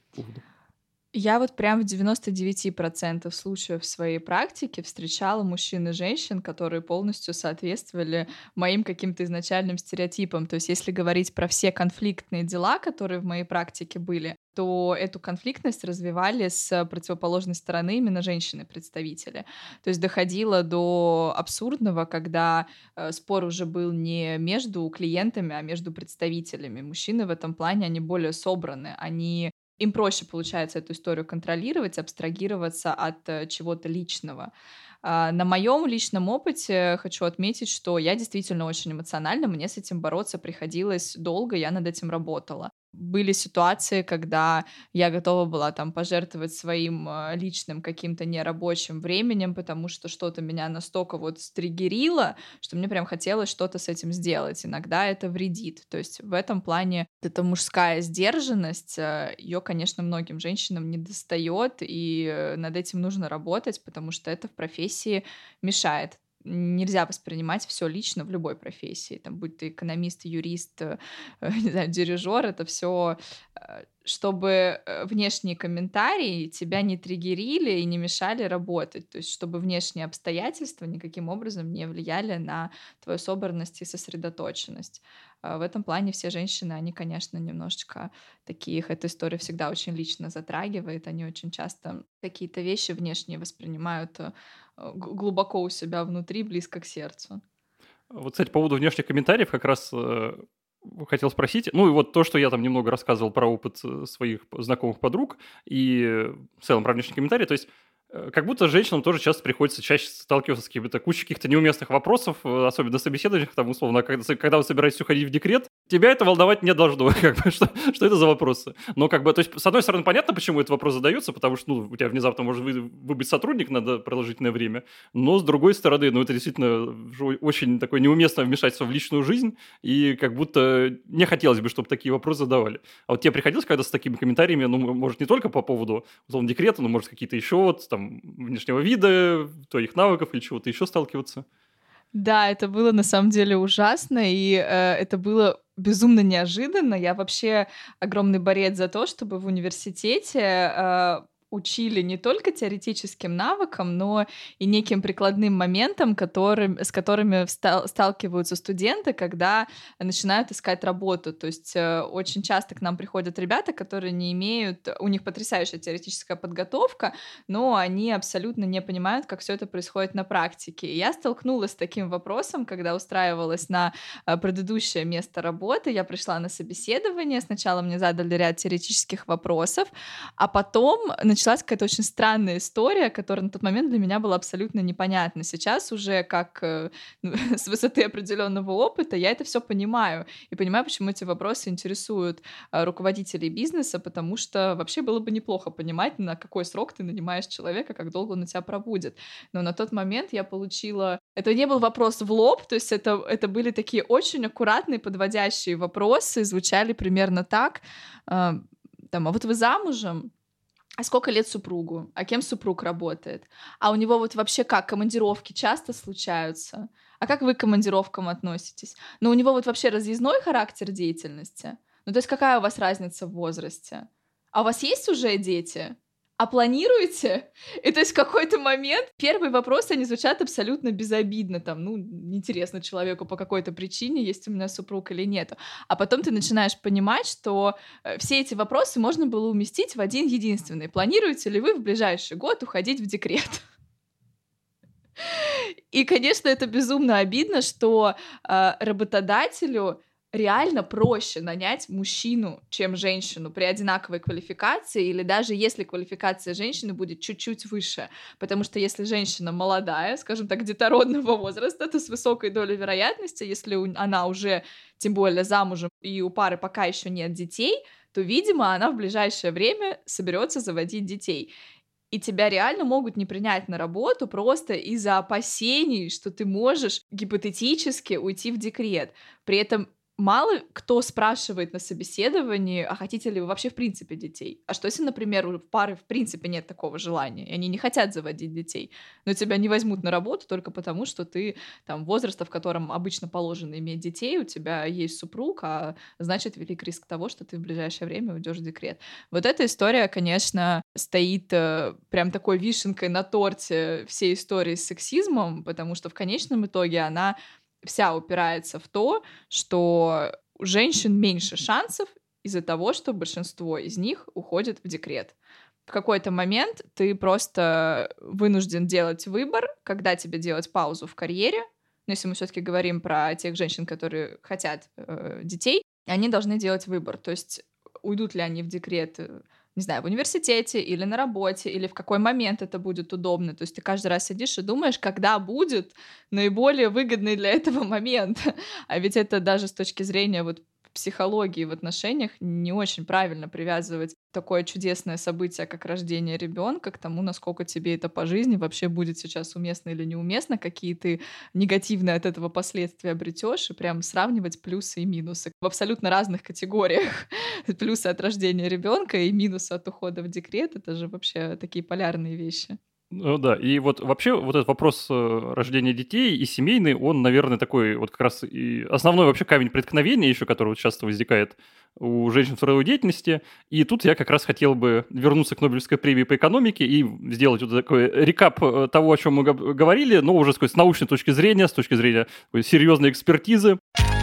Я вот прям в девяносто девять процентов случаев в своей практике встречала мужчин и женщин, которые полностью соответствовали моим каким-то изначальным стереотипам. То есть если говорить про все конфликтные дела, которые в моей практике были, то эту конфликтность развивали с противоположной стороны именно женщины-представители. То есть доходило до абсурдного, когда э, спор уже был не между клиентами, а между представителями. Мужчины в этом плане, они более собраны, они им проще получается эту историю контролировать, абстрагироваться от э, чего-то личного. А, на моем личном опыте хочу отметить, что я действительно очень эмоциональна, мне с этим бороться приходилось долго, я над этим работала. Были ситуации, когда я готова была там пожертвовать своим э, личным каким-то нерабочим временем, потому что что-то меня настолько вот стригерило, что мне прям хотелось что-то с этим сделать. Иногда это вредит. То есть в этом плане эта мужская сдержанность, ее, конечно, многим женщинам не достает, и над этим нужно работать, потому что это в профессии мешает. Нельзя воспринимать все лично в любой профессии. Там, будь ты экономист, юрист, э, не знаю, дирижер, это все, чтобы внешние комментарии тебя не триггерили и не мешали работать. То есть, чтобы внешние обстоятельства никаким образом не влияли на твою собранность и сосредоточенность. В этом плане все женщины, они, конечно, немножечко такие, их эта история всегда очень лично затрагивает, они очень часто какие-то вещи внешние воспринимают глубоко у себя внутри, близко к сердцу. Вот, кстати, по поводу внешних комментариев как раз э, хотел спросить. Ну и вот то, что я там немного рассказывал про опыт своих знакомых подруг и в целом про внешние комментарии, то есть как будто женщинам тоже часто приходится чаще сталкиваться с какими-то кучей каких-то неуместных вопросов, особенно на собеседованиях, там, условно, когда, когда вы собираетесь уходить в декрет, тебя это волновать не должно, как бы, что, что это за вопросы. Но, как бы, то есть, с одной стороны, понятно, почему этот вопрос задается, потому что, ну, у тебя внезапно может вы, выбыть сотрудник на продолжительное время, но, с другой стороны, ну, это действительно очень такое неуместное вмешательство в личную жизнь, и как будто не хотелось бы, чтобы такие вопросы задавали. А вот тебе приходилось когда с такими комментариями, ну, может, не только по поводу, условно, декрета, но, может, какие-то еще вот, там, внешнего вида, твоих навыков или чего-то еще сталкиваться? Да, это было на самом деле ужасно, и э, это было безумно неожиданно. Я вообще огромный борец за то, чтобы в университете э, учили не только теоретическим навыкам, но и неким прикладным моментам, которым, с которыми вста- сталкиваются студенты, когда начинают искать работу. То есть э, очень часто к нам приходят ребята, которые не имеют... У них потрясающая теоретическая подготовка, но они абсолютно не понимают, как все это происходит на практике. И я столкнулась с таким вопросом, когда устраивалась на э, предыдущее место работы. Я пришла на собеседование. Сначала мне задали ряд теоретических вопросов, а потом началась какая-то очень странная история, которая на тот момент для меня была абсолютно непонятна. Сейчас уже как э, с высоты определенного опыта я это все понимаю и понимаю, почему эти вопросы интересуют э, руководителей бизнеса, потому что вообще было бы неплохо понимать, на какой срок ты нанимаешь человека, как долго он у тебя пробудет. Но на тот момент я получила... Это не был вопрос в лоб, то есть это, это были такие очень аккуратные, подводящие вопросы, звучали примерно так. Э, там, а вот вы замужем? А сколько лет супругу? А кем супруг работает? А у него вот вообще как, командировки часто случаются? А как вы к командировкам относитесь? Ну, у него вот вообще разъездной характер деятельности? Ну, то есть какая у вас разница в возрасте? А у вас есть уже дети? А планируете? И то есть в какой-то момент первые вопросы, они звучат абсолютно безобидно, там, ну, интересно человеку по какой-то причине, есть у меня супруг или нет. А потом ты начинаешь понимать, что все эти вопросы можно было уместить в один единственный. Планируете ли вы в ближайший год уходить в декрет? И, конечно, это безумно обидно, что э, работодателю реально проще нанять мужчину, чем женщину при одинаковой квалификации, или даже если квалификация женщины будет чуть-чуть выше. Потому что если женщина молодая, скажем так, детородного возраста, то с высокой долей вероятности, если она уже, тем более, замужем, и у пары пока еще нет детей, то, видимо, она в ближайшее время соберется заводить детей. И тебя реально могут не принять на работу просто из-за опасений, что ты можешь гипотетически уйти в декрет. При этом мало кто спрашивает на собеседовании, а хотите ли вы вообще в принципе детей? А что если, например, у пары в принципе нет такого желания, и они не хотят заводить детей, но тебя не возьмут на работу только потому, что ты там возраста, в котором обычно положено иметь детей, у тебя есть супруг, а значит велик риск того, что ты в ближайшее время уйдешь в декрет. Вот эта история, конечно, стоит э, прям такой вишенкой на торте всей истории с сексизмом, потому что в конечном итоге она вся упирается в то, что у женщин меньше шансов из-за того, что большинство из них уходит в декрет. В какой-то момент ты просто вынужден делать выбор, когда тебе делать паузу в карьере. Но если мы все-таки говорим про тех женщин, которые хотят э, детей, они должны делать выбор. То есть уйдут ли они в декрет, не знаю, в университете или на работе, или в какой момент это будет удобно. То есть ты каждый раз сидишь и думаешь, когда будет наиболее выгодный для этого момент. А ведь это даже с точки зрения вот психологии в отношениях не очень правильно привязывать такое чудесное событие, как рождение ребенка, к тому, насколько тебе это по жизни вообще будет сейчас уместно или неуместно, какие ты негативные от этого последствия обретешь, и прям сравнивать плюсы и минусы в абсолютно разных категориях. Плюсы от рождения ребенка и минусы от ухода в декрет — это же вообще такие полярные вещи. Ну да, и вот вообще вот этот вопрос э, рождения детей и семейный, он, наверное, такой вот как раз и основной вообще камень преткновения еще, который вот часто возникает у женщин в трудовой деятельности. И тут я как раз хотел бы вернуться к Нобелевской премии по экономике и сделать вот такой рекап э, того, о чем мы г- говорили, но уже с научной точки зрения, с точки зрения такой серьезной экспертизы.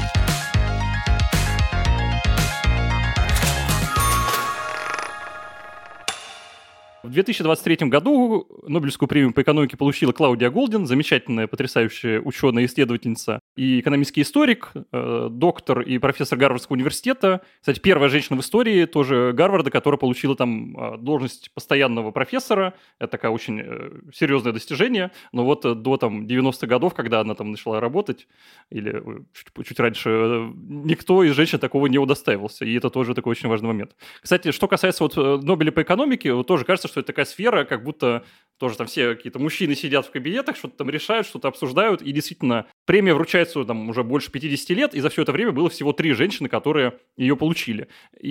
В две тысячи двадцать третьем году Нобелевскую премию по экономике получила Клаудия Голдин, замечательная, потрясающая ученая-исследовательница и экономический историк, э, доктор и профессор Гарвардского университета. Кстати, первая женщина в истории тоже Гарварда, которая получила там э, должность постоянного профессора. Это такое очень э, серьезное достижение. Но вот э, до там, девяностых годов, когда она там начала работать, или э, чуть, чуть раньше, э, никто из женщин такого не удостаивался. И это тоже такой очень важный момент. Кстати, что касается вот Нобеля по экономике, вот тоже кажется, что это такая сфера, как будто тоже там все какие-то мужчины сидят в кабинетах, что-то там решают, что-то обсуждают, и действительно премия вручается там уже больше пятьдесят лет, и за все это время было всего три женщины, которые ее получили.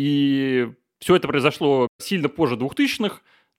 И все это произошло сильно позже двухтысячных,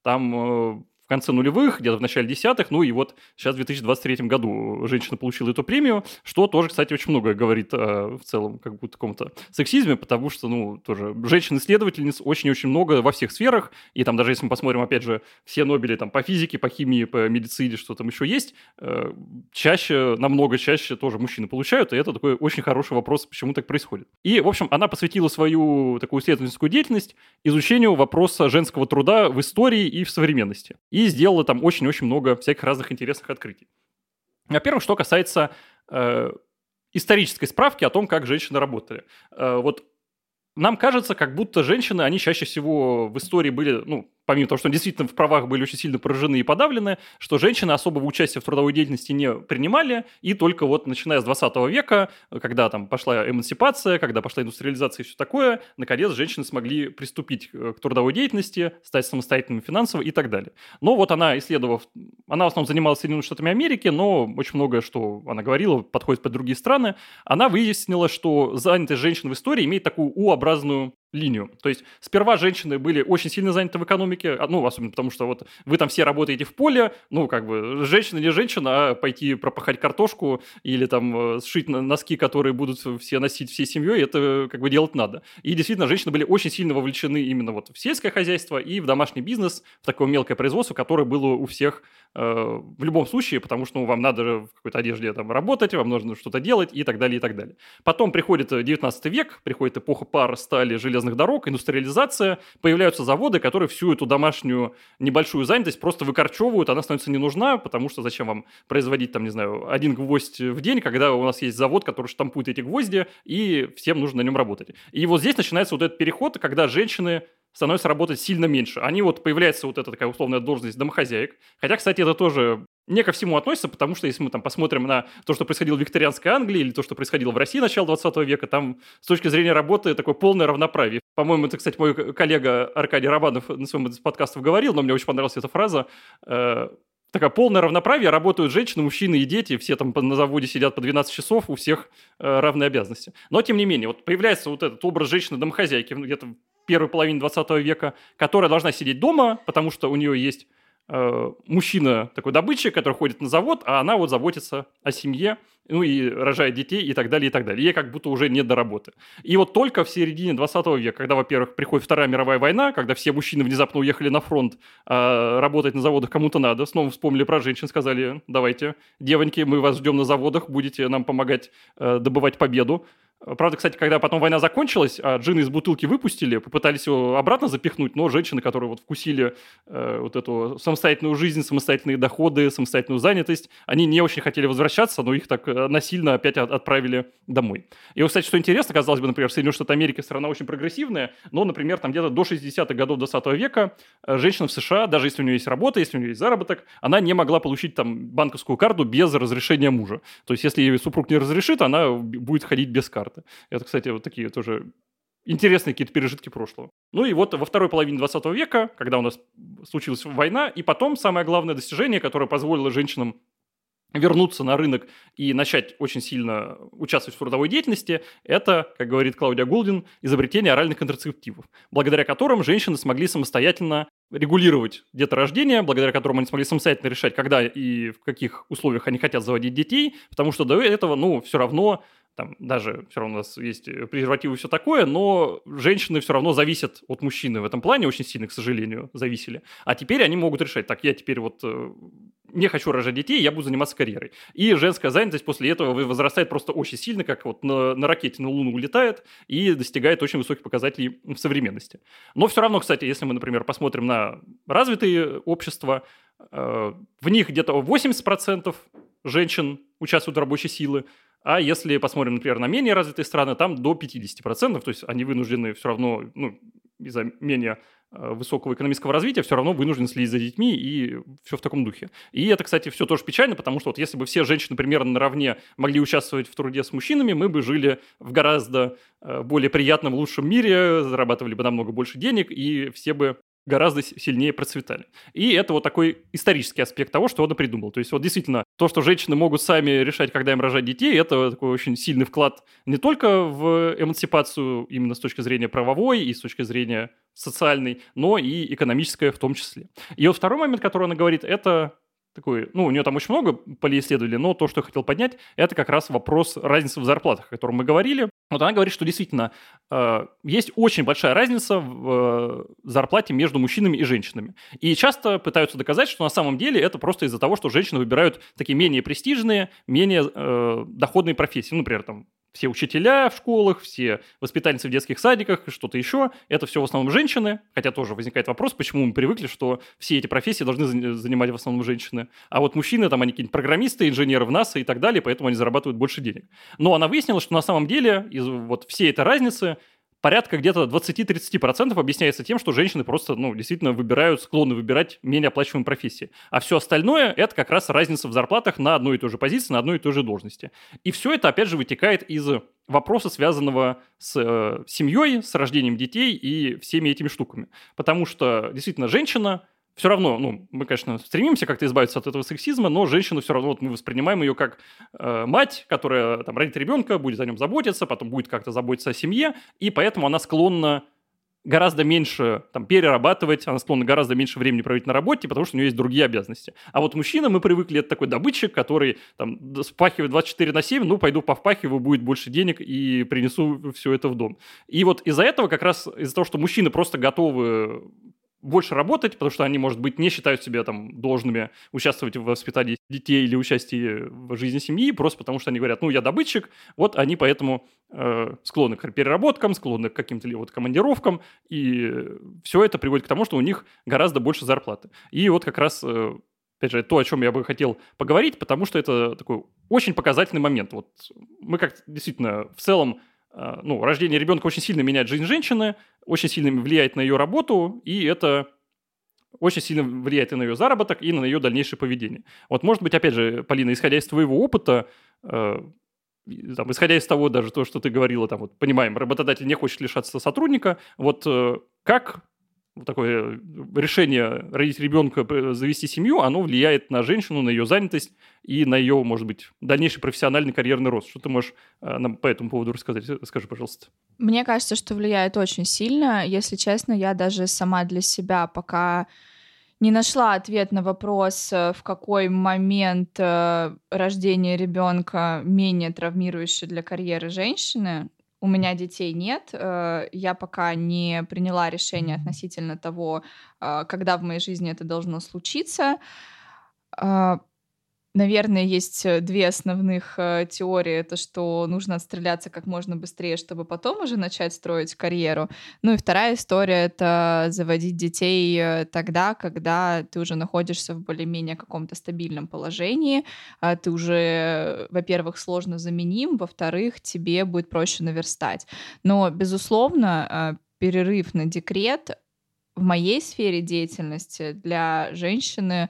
там в конце нулевых, где-то в начале десятых, ну и вот сейчас в две тысячи двадцать третьем году женщина получила эту премию, что тоже, кстати, очень многое говорит э, в целом как будто каком-то сексизме, потому что, ну, тоже женщин-исследовательниц очень-очень много во всех сферах, и там даже если мы посмотрим, опять же, все Нобели там по физике, по химии, по медицине, что там еще есть, э, чаще, намного чаще тоже мужчины получают, и это такой очень хороший вопрос, почему так происходит. И, в общем, она посвятила свою такую исследовательскую деятельность изучению вопроса женского труда в истории и в современности. И сделала там очень-очень много всяких разных интересных открытий. Во-первых, что касается э, исторической справки о том, как женщины работали. Э, вот нам кажется, как будто женщины, они чаще всего в истории были, ну, помимо того, что они действительно в правах были очень сильно поражены и подавлены, что женщины особого участия в трудовой деятельности не принимали, и только вот начиная с двадцатого века, когда там пошла эмансипация, когда пошла индустриализация и все такое, наконец женщины смогли приступить к трудовой деятельности, стать самостоятельными финансово и так далее. Но вот она, исследовав, она в основном занималась Соединенными Штатами Америки, но очень многое, что она говорила, подходит под другие страны, она выяснила, что занятость женщин в истории имеет такую У-образную линию. То есть сперва женщины были очень сильно заняты в экономике, ну, особенно потому, что вот вы там все работаете в поле, ну, как бы, женщина не женщина, а пойти пропахать картошку или там сшить носки, которые будут все носить всей семьей, это как бы делать надо. И действительно, женщины были очень сильно вовлечены именно вот в сельское хозяйство и в домашний бизнес, в такое мелкое производство, которое было у всех э, в любом случае, потому что ну, вам надо в какой-то одежде там работать, вам нужно что-то делать и так далее, и так далее. Потом приходит девятнадцатый век, приходит эпоха пар, стали, железных дорог, индустриализация, появляются заводы, которые всю эту домашнюю небольшую занятость просто выкорчевывают, она становится не нужна, потому что зачем вам производить, там, не знаю, один гвоздь в день, когда у нас есть завод, который штампует эти гвозди, и всем нужно на нем работать. И вот здесь начинается вот этот переход, когда женщины становятся работать сильно меньше. Они вот, появляется вот эта такая условная должность домохозяек. Хотя, кстати, это тоже не ко всему относится, потому что если мы там посмотрим на то, что происходило в викторианской Англии или то, что происходило в России начала двадцатого века, там с точки зрения работы такое полное равноправие. По-моему, это, кстати, мой коллега Аркадий Рабанов на своем из подкастов говорил, но мне очень понравилась эта фраза. Э, такая полное равноправие, работают женщины, мужчины и дети, все там на заводе сидят по двенадцать часов, у всех э, равные обязанности. Но, тем не менее, вот появляется вот этот образ женщины-домохозяйки где-то в первой половине двадцатого века, которая должна сидеть дома, потому что у нее есть э, мужчина такой добытчик, который ходит на завод, а она вот заботится о семье, ну и рожает детей и так далее, и так далее. Ей как будто уже нет до работы. И вот только в середине двадцатого века, когда, во-первых, приходит Вторая мировая война, когда все мужчины внезапно уехали на фронт, а работать на заводах кому-то надо, снова вспомнили про женщин, сказали, давайте, девоньки, мы вас ждем на заводах, будете нам помогать э, добывать победу. Правда, кстати, когда потом война закончилась, а джин из бутылки выпустили, попытались его обратно запихнуть, но женщины, которые вот вкусили э, вот эту самостоятельную жизнь, самостоятельные доходы, самостоятельную занятость, они не очень хотели возвращаться, но их так насильно опять от- отправили домой. И вот, кстати, что интересно, казалось бы, например, Соединенные Штаты Америки страна очень прогрессивная, но, например, там где-то до шестидесятых годов двадцатого века э, женщина в США, даже если у нее есть работа, если у нее есть заработок, она не могла получить там банковскую карту без разрешения мужа. То есть, если ей супруг не разрешит, она будет ходить без карты. Это, кстати, вот такие тоже интересные какие-то пережитки прошлого. Ну и вот во второй половине двадцатого века, когда у нас случилась война, и потом самое главное достижение, которое позволило женщинам вернуться на рынок и начать очень сильно участвовать в трудовой деятельности, это, как говорит Клаудия Голдин, изобретение оральных контрацептивов, благодаря которым женщины смогли самостоятельно регулировать деторождение, благодаря которому они смогли самостоятельно решать, когда и в каких условиях они хотят заводить детей, потому что до этого, ну, все равно там даже все равно у нас есть презервативы и все такое, но женщины все равно зависят от мужчины в этом плане, очень сильно, к сожалению, зависели. А теперь они могут решать, так, я теперь вот э, не хочу рожать детей, я буду заниматься карьерой. И женская занятость после этого возрастает просто очень сильно, как вот на, на ракете на Луну улетает и достигает очень высоких показателей в современности. Но все равно, кстати, если мы, например, посмотрим на развитые общества, э, в них где-то восемьдесят процентов женщин участвуют в рабочей силе. А если посмотрим, например, на менее развитые страны, там до пятьдесят процентов, то есть они вынуждены все равно, ну, из-за менее э, высокого экономического развития, все равно вынуждены следить за детьми и все в таком духе. И это, кстати, все тоже печально, потому что вот если бы все женщины примерно наравне могли участвовать в труде с мужчинами, мы бы жили в гораздо э, более приятном, лучшем мире, зарабатывали бы намного больше денег, и все бы гораздо сильнее процветали. И это вот такой исторический аспект того, что он придумал. То есть вот действительно, то, что женщины могут сами решать, когда им рожать детей, это такой очень сильный вклад не только в эмансипацию именно с точки зрения правовой и с точки зрения социальной, но и экономической в том числе. И вот второй момент, который она говорит, это такой, ну, у нее там очень много полиисследований, но то, что я хотел поднять, это как раз вопрос разницы в зарплатах, о котором мы говорили. Вот она говорит, что действительно э, есть очень большая разница в э, зарплате между мужчинами и женщинами. И часто пытаются доказать, что на самом деле это просто из-за того, что женщины выбирают такие менее престижные, менее э, доходные профессии. Ну, например, там все учителя в школах, все воспитательницы в детских садиках, что-то еще. Это все в основном женщины, хотя тоже возникает вопрос, почему мы привыкли, что все эти профессии должны занимать в основном женщины. А вот мужчины, там они какие-нибудь программисты, инженеры в НАСА и так далее, поэтому они зарабатывают больше денег. Но она выяснила, что на самом деле из вот всей этой разницы порядка где-то двадцать-тридцать процентов объясняется тем, что женщины просто, ну, действительно выбирают, склонны выбирать менее оплачиваемые профессии. А все остальное – это как раз разница в зарплатах на одной и той же позиции, на одной и той же должности. И все это, опять же, вытекает из вопроса, связанного с э, семьей, с рождением детей и всеми этими штуками. Потому что, действительно, женщина все равно, ну, мы, конечно, стремимся как-то избавиться от этого сексизма, но женщину все равно, вот мы воспринимаем ее как э, мать, которая там родит ребенка, будет о нем заботиться, потом будет как-то заботиться о семье, и поэтому она склонна гораздо меньше там, перерабатывать, она склонна гораздо меньше времени проводить на работе, потому что у нее есть другие обязанности. А вот мужчина, мы привыкли, это такой добытчик, который там впахивает двадцать четыре на семь, ну, пойду повпахиваю, будет больше денег и принесу все это в дом. И вот из-за этого как раз, из-за того, что мужчины просто готовы больше работать, потому что они, может быть, не считают себя там должными участвовать в воспитании детей или участии в жизни семьи, просто потому что они говорят, ну, я добытчик, вот они поэтому э, склонны к переработкам, склонны к каким-то вот командировкам, и все это приводит к тому, что у них гораздо больше зарплаты. И вот как раз, э, опять же, то, о чем я бы хотел поговорить, потому что это такой очень показательный момент. Вот мы как действительно в целом, э, ну, рождение ребенка очень сильно меняет жизнь женщины, очень сильно влияет на ее работу, и это очень сильно влияет и на ее заработок, и на ее дальнейшее поведение. Вот, может быть, опять же, Полина, исходя из твоего опыта, э, там, исходя из того даже, то, что ты говорила, там, вот, понимаем, работодатель не хочет лишаться сотрудника, вот э, как вот такое решение родить ребенка, завести семью, оно влияет на женщину, на ее занятость и на ее, может быть, дальнейший профессиональный карьерный рост. Что ты можешь э, нам по этому поводу рассказать? Скажи, пожалуйста. Мне кажется, что влияет очень сильно. Если честно, я даже сама для себя пока не нашла ответ на вопрос, в какой момент э, рождения ребенка менее травмирующий для карьеры женщины. У меня детей нет, э, я пока не приняла решение относительно того, э, когда в моей жизни это должно случиться. Э, Наверное, есть э, две основных э, теории. Это что нужно отстреляться как можно быстрее, чтобы потом уже начать строить карьеру. Ну и вторая история — это заводить детей э, тогда, когда ты уже находишься в более-менее каком-то стабильном положении. а Ты уже, э, во-первых, сложно заменим, во-вторых, тебе будет проще наверстать. Но, безусловно, э, перерыв на декрет в моей сфере деятельности для женщины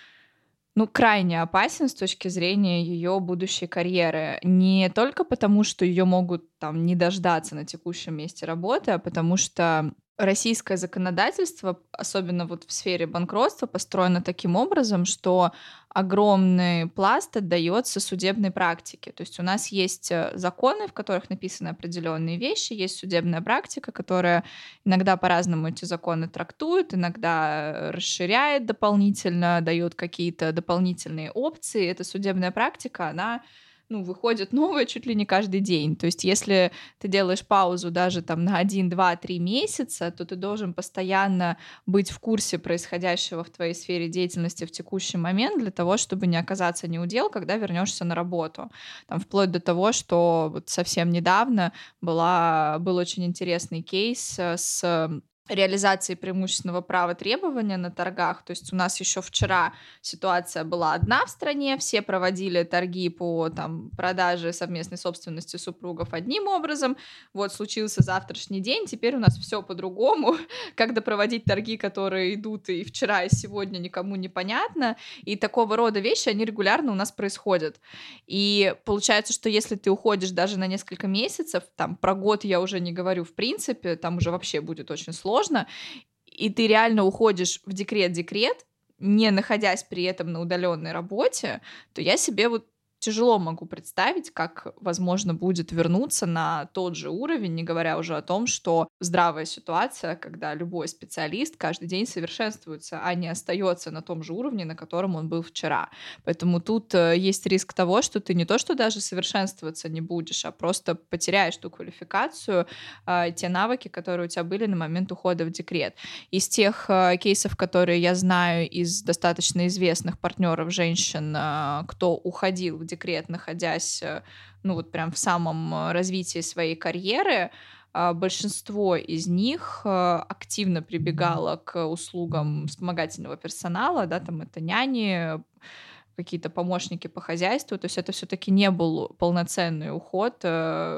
ну, крайне опасен с точки зрения ее будущей карьеры. Не только потому, что ее могут там не дождаться на текущем месте работы, а потому что российское законодательство, особенно вот в сфере банкротства, построено таким образом, что огромный пласт отдается судебной практике. То есть у нас есть э, законы, в которых написаны определенные вещи, есть судебная практика, которая иногда по-разному эти законы трактует, иногда э, расширяет дополнительно, дает какие-то дополнительные опции. Эта судебная практика, она ну, выходит новая чуть ли не каждый день. То есть если ты делаешь паузу даже там на один, два, три месяца, то ты должен постоянно быть в курсе происходящего в твоей сфере деятельности в текущий момент для того, чтобы не оказаться неудел, когда вернешься на работу. Там, вплоть до того, что вот совсем недавно была, был очень интересный кейс э, с реализации преимущественного права требования на торгах. То есть у нас еще вчера ситуация была одна в стране, все проводили торги по там, продаже совместной собственности супругов одним образом. Вот случился завтрашний день, теперь у нас все по-другому. Когда проводить торги, которые идут и вчера, и сегодня, никому не понятно. И такого рода вещи, они регулярно у нас происходят. И получается, что если ты уходишь даже на несколько месяцев, там про год я уже не говорю в принципе, там уже вообще будет очень сложно, сложно, и ты реально уходишь в декрет-декрет, не находясь при этом на удаленной работе, то я себе вот тяжело могу представить, как возможно будет вернуться на тот же уровень, не говоря уже о том, что здравая ситуация, когда любой специалист каждый день совершенствуется, а не остается на том же уровне, на котором он был вчера. Поэтому тут э, есть риск того, что ты не то, что даже совершенствоваться не будешь, а просто потеряешь ту квалификацию, э, те навыки, которые у тебя были на момент ухода в декрет. Из тех э, кейсов, которые я знаю из достаточно известных партнеров женщин, э, кто уходил в декрет, находясь, э, ну вот прям в самом э, развитии своей карьеры, а, большинство из них э, активно прибегало к услугам вспомогательного персонала, да, там это няни, какие-то помощники по хозяйству, то есть это все-таки не был полноценный уход э,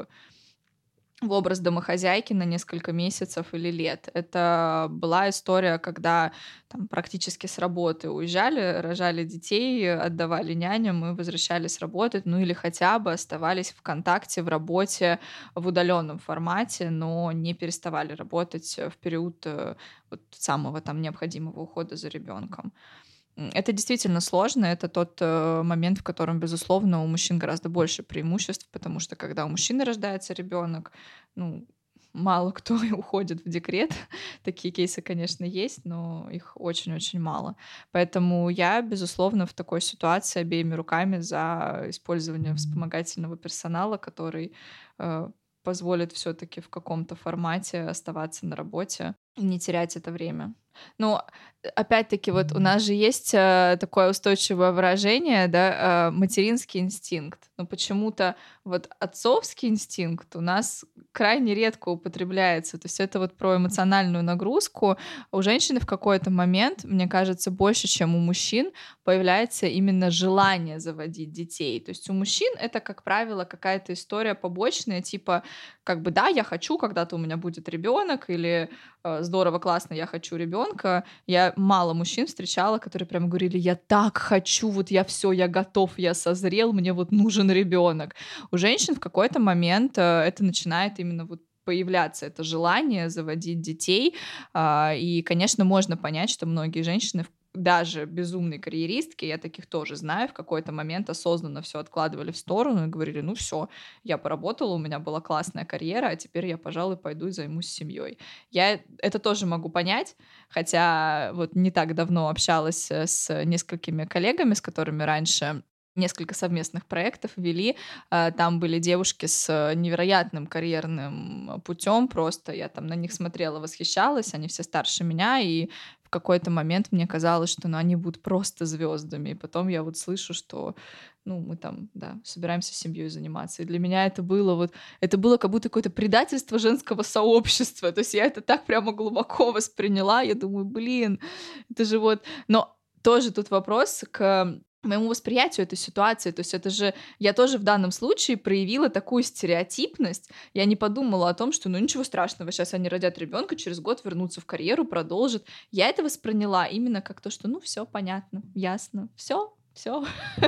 в образ домохозяйки на несколько месяцев или лет. Это была история, когда там практически с работы уезжали, рожали детей, отдавали няням и возвращались работать, ну или хотя бы оставались в контакте, в работе в удаленном формате, но не переставали работать в период э, вот самого там необходимого ухода за ребенком. М, Это действительно сложно. Это тот э, момент, в котором, безусловно, у мужчин гораздо больше преимуществ, потому что когда у мужчины рождается ребенок, ну, мало кто и уходит в декрет. Такие кейсы, конечно, есть, но их очень-очень мало. Поэтому я, безусловно, в такой ситуации обеими руками за использование вспомогательного персонала, который э, позволит все-таки в каком-то формате оставаться на работе. не терять это время. Ну, опять-таки, вот у нас же есть э, такое устойчивое выражение, да, э, материнский инстинкт. Но почему-то вот отцовский инстинкт у нас крайне редко употребляется. То есть это вот про эмоциональную нагрузку. У женщины в какой-то момент, мне кажется, больше, чем у мужчин, появляется именно желание заводить детей. То есть у мужчин это, как правило, какая-то история побочная, типа, как бы, да, я хочу, когда-то у меня будет ребенок, или э, здорово, классно, я хочу ребенка. Я мало мужчин встречала, которые прям говорили, я так хочу, вот я все, я готов, я созрел, мне вот нужен ребенок. У женщин в какой-то момент э, это начинает именно вот появляться это желание заводить детей. А, и, конечно, можно понять, что многие женщины, даже безумные карьеристки, я таких тоже знаю, в какой-то момент осознанно все откладывали в сторону и говорили, ну все, я поработала, у меня была классная карьера, а теперь я, пожалуй, пойду и займусь семьей. Я это тоже могу понять, хотя вот не так давно общалась с несколькими коллегами, с которыми раньше несколько совместных проектов вели. Там были девушки с невероятным карьерным путем, просто я там на них смотрела, восхищалась, они все старше меня, и в какой-то момент мне казалось, что ну, они будут просто звездами. И потом я вот слышу, что ну, мы там, да, собираемся семьей заниматься. И для меня это было вот, это было как будто какое-то предательство женского сообщества. То есть я это так прямо глубоко восприняла. Я думаю, блин, это же вот... Но тоже тут вопрос к моему восприятию этой ситуации. То есть это же я тоже в данном случае проявила такую стереотипность. Я не подумала о том, что ну ничего страшного, сейчас они родят ребенка, через год вернутся в карьеру, продолжат. Я это восприняла именно как то, что ну все понятно, ясно, все, все.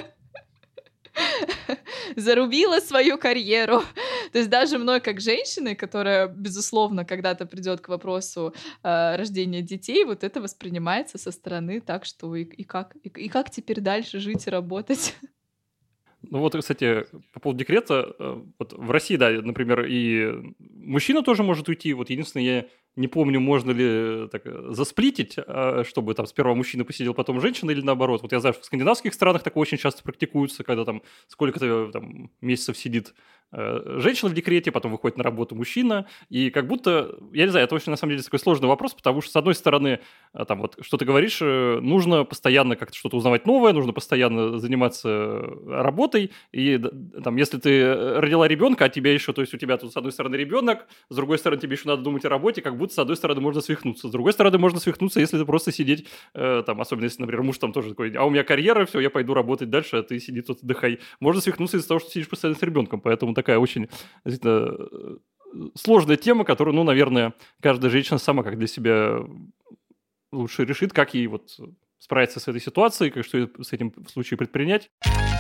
Зарубила свою карьеру. То есть даже мной как женщины, которая, безусловно, когда-то придет к вопросу э, рождения детей, вот это воспринимается со стороны так, что и, и, как, и, и как теперь дальше жить и работать. Ну вот, кстати, по поводу декрета, вот в России, да, например, и мужчина тоже может уйти. Вот единственное, я не помню, можно ли так засплитить, чтобы там сперва мужчина посидел, потом женщина, или наоборот. Вот я знаю, что в скандинавских странах такое очень часто практикуется, когда там сколько-то там месяцев сидит женщина в декрете, потом выходит на работу мужчина, и как будто, я не знаю, это очень на самом деле такой сложный вопрос, потому что, с одной стороны, там вот, что ты говоришь, нужно постоянно как-то что-то узнавать новое, нужно постоянно заниматься работой, и там, если ты родила ребенка, а тебя еще, то есть у тебя тут с одной стороны ребенок, с другой стороны тебе еще надо думать о работе, как будто с одной стороны можно свихнуться, с другой стороны можно свихнуться, если ты просто сидеть, там, особенно если, например, муж там тоже такой, а у меня карьера, все, я пойду работать дальше, а ты сиди тут отдыхай. Можно свихнуться из-за того, что сидишь постоянно с ребенком, поэтому такая очень сложная тема, которую, ну, наверное, каждая женщина сама как для себя лучше решит, как ей вот справиться с этой ситуацией, как что с этим в случае предпринять.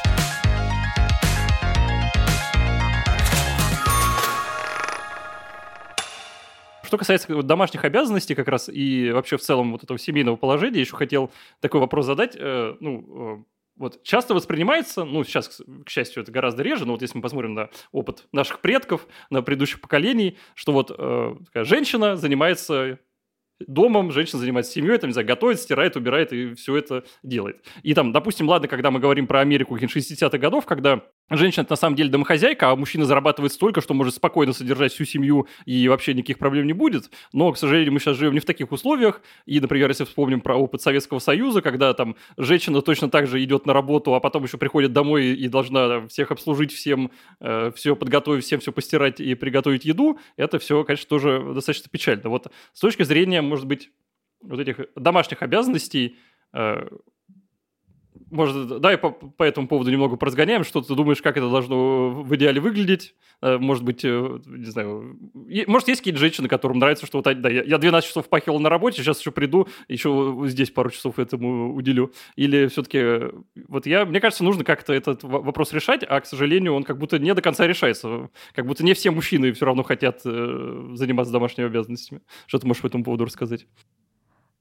Что касается домашних обязанностей как раз и вообще в целом вот этого семейного положения, еще хотел такой вопрос задать. Ну, вот часто воспринимается, ну, сейчас, к счастью, это гораздо реже, но вот если мы посмотрим на опыт наших предков, на предыдущих поколений, что вот э, такая женщина занимается домом, женщина занимается семьей, там, не знаю, готовит, стирает, убирает и все это делает. И там, допустим, ладно, когда мы говорим про Америку шестидесятых годов, когда женщина – это на самом деле домохозяйка, а мужчина зарабатывает столько, что может спокойно содержать всю семью и вообще никаких проблем не будет. Но, к сожалению, мы сейчас живем не в таких условиях. И, например, если вспомним про опыт Советского Союза, когда там женщина точно так же идет на работу, а потом еще приходит домой и должна всех обслужить, всем э, все подготовить, всем все постирать и приготовить еду, это все, конечно, тоже достаточно печально. Вот с точки зрения, может быть, вот этих домашних обязанностей, э, может, да, и по, по этому поводу немного поразгоняем, что ты думаешь, как это должно в идеале выглядеть, может быть, не знаю, может, есть какие-то женщины, которым нравится, что вот, да, я двенадцать часов впахивал на работе, сейчас еще приду, еще здесь пару часов этому уделю, или все-таки, вот я, мне кажется, нужно как-то этот вопрос решать, а, к сожалению, он как будто не до конца решается, как будто не все мужчины все равно хотят заниматься домашними обязанностями. Что ты можешь по этому поводу рассказать?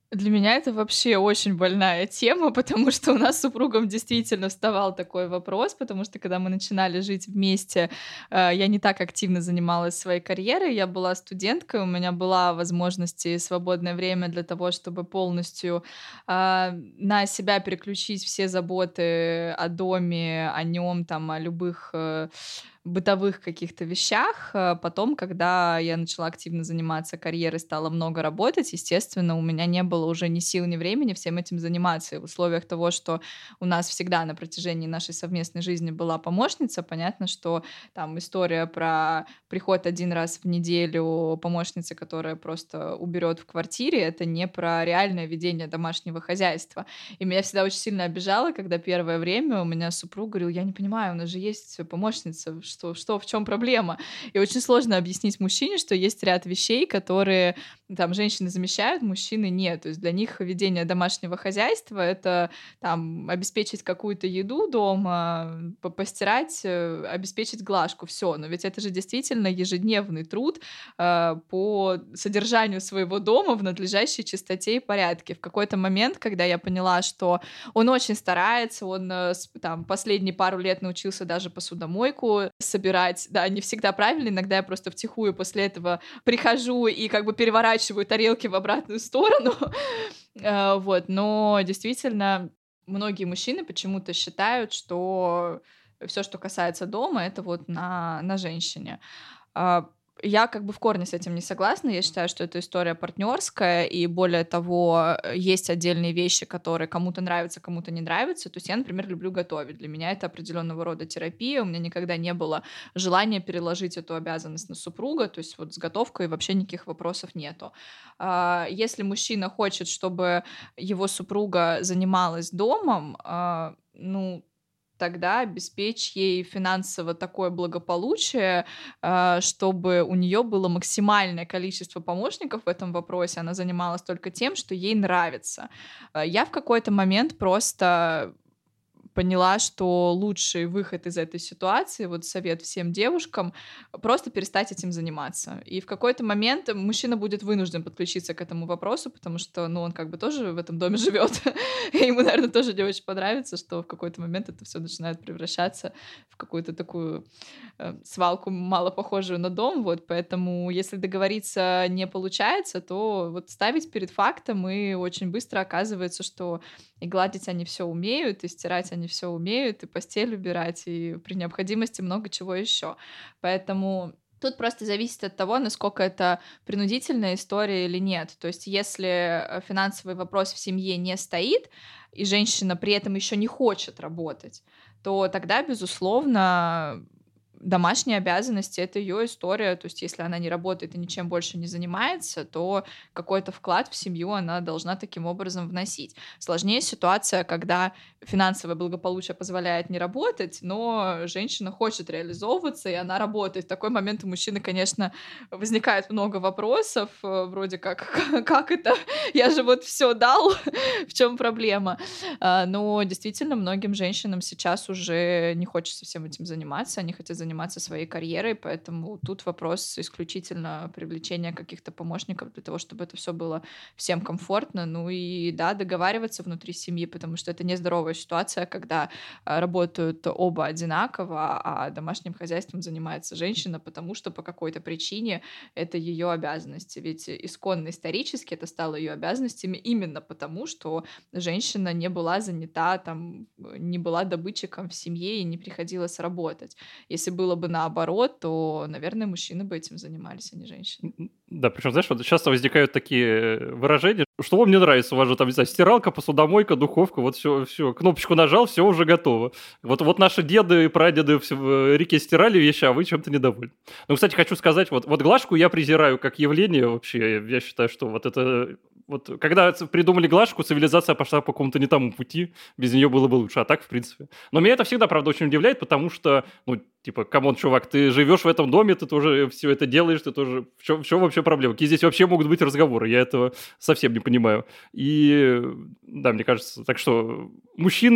Для меня это вообще очень больная тема, потому что у нас с супругом действительно вставал такой вопрос, потому что когда мы начинали жить вместе, э, я не так активно занималась своей карьерой, я была студенткой, у меня была возможность и свободное время для того, чтобы полностью а, на себя переключить все заботы о доме, о нем, там, о любых э, бытовых каких-то вещах. Э, Потом, когда я начала активно заниматься карьерой, стала много работать, естественно, у меня не было уже ни сил, ни времени всем этим заниматься. И в условиях того, что у нас всегда на протяжении нашей совместной жизни была помощница, понятно, что там история про приход один раз в неделю помощницы, которая просто уберет в квартире, это не про реальное ведение домашнего хозяйства. И меня всегда очень сильно обижало, когда первое время у меня супруг говорил: я не понимаю, у нас же есть помощница, что, что в чем проблема? И очень сложно объяснить мужчине, что есть ряд вещей, которые там женщины замещают, мужчины нет. То есть для них ведение домашнего хозяйства — это там обеспечить какую-то еду дома, по- постирать, э, обеспечить глажку, все. Но ведь это же действительно ежедневный труд э, по содержанию своего дома в надлежащей чистоте и порядке. В какой-то момент, когда я поняла, что он очень старается, он э, с- там последние пару лет научился даже посудомойку собирать, да, не всегда правильно, иногда я просто втихую после этого прихожу и как бы переворачиваю тарелки в обратную сторону, Э, вот, но действительно многие мужчины почему-то считают, что все, что касается дома, это вот на на женщине. А, я как бы в корне с этим не согласна. Я считаю, что эта история партнерская, и более того, э, есть отдельные вещи, которые кому-то нравятся, кому-то не нравятся. То есть я, например, люблю готовить. Для меня это определенного рода терапия. У меня никогда не было желания переложить эту обязанность на супруга. То есть вот с готовкой вообще никаких вопросов нету. А, Если мужчина хочет, чтобы его супруга занималась домом, а, ну, тогда обеспечь ей финансово такое благополучие, а, чтобы у нее было максимальное количество помощников в этом вопросе, она занималась только тем, что ей нравится. А, Я в какой-то момент просто поняла, что лучший выход из этой ситуации, вот совет всем девушкам, просто перестать этим заниматься. И в какой-то момент мужчина будет вынужден подключиться к этому вопросу, потому что, ну, он как бы тоже в этом доме живет. И ему, наверное, тоже не очень понравится, что в какой-то момент это все начинает превращаться в какую-то такую э, свалку, мало похожую на дом. Вот, поэтому, если договориться не получается, то вот ставить перед фактом, и очень быстро оказывается, что и гладить они все умеют, и стирать они все умеют, и постель убирать, и при необходимости много чего еще. Поэтому тут просто зависит от того, насколько это принудительная история или нет. То есть если э, финансовый вопрос в семье не стоит, и женщина при этом еще не хочет работать, то тогда, безусловно, домашние обязанности — это ее история. То есть если она не работает и ничем больше не занимается, то какой-то вклад в семью она должна таким образом вносить. Сложнее ситуация, когда финансовое благополучие позволяет не работать, но женщина хочет реализовываться, и она работает. В такой момент у мужчины, конечно, возникает много вопросов, э, вроде как, как это? Я же вот все дал, в чем проблема? А, Но действительно, многим женщинам сейчас уже не хочется всем этим заниматься, они хотят заниматься своей карьерой, поэтому тут вопрос исключительно привлечения каких-то помощников для того, чтобы это все было всем комфортно. Ну и да, договариваться внутри семьи, потому что это нездоровая ситуация, когда а, работают оба одинаково, а домашним хозяйством занимается женщина, потому что по какой-то причине это ее обязанности. Ведь исконно исторически это стало ее обязанностями именно потому, что женщина не была занята, там, не была добытчиком в семье и не приходилось работать. Если было бы наоборот, то, наверное, мужчины бы этим занимались, а не женщины. Да, причем, знаешь, вот часто возникают такие э, выражения, что вам не нравится, у вас же там, не знаю, стиралка, посудомойка, духовка, вот все, все, кнопочку нажал, все уже готово. Вот, вот наши деды и прадеды все в реке стирали вещи, а вы чем-то недовольны. Ну, кстати, хочу сказать, вот, вот глажку я презираю как явление вообще. Я считаю, что вот это... Вот когда ц- придумали глажку, цивилизация пошла по какому-то не тому пути, без нее было бы лучше, а так, в принципе. Но меня это всегда, правда, очень удивляет, потому что, ну, типа, камон, чувак, ты живешь в этом доме, ты тоже все это делаешь, ты тоже... В чем, в чем вообще проблема? Какие здесь вообще могут быть разговоры? Я этого совсем не понимаю. И, да, мне кажется, так что, мужчины,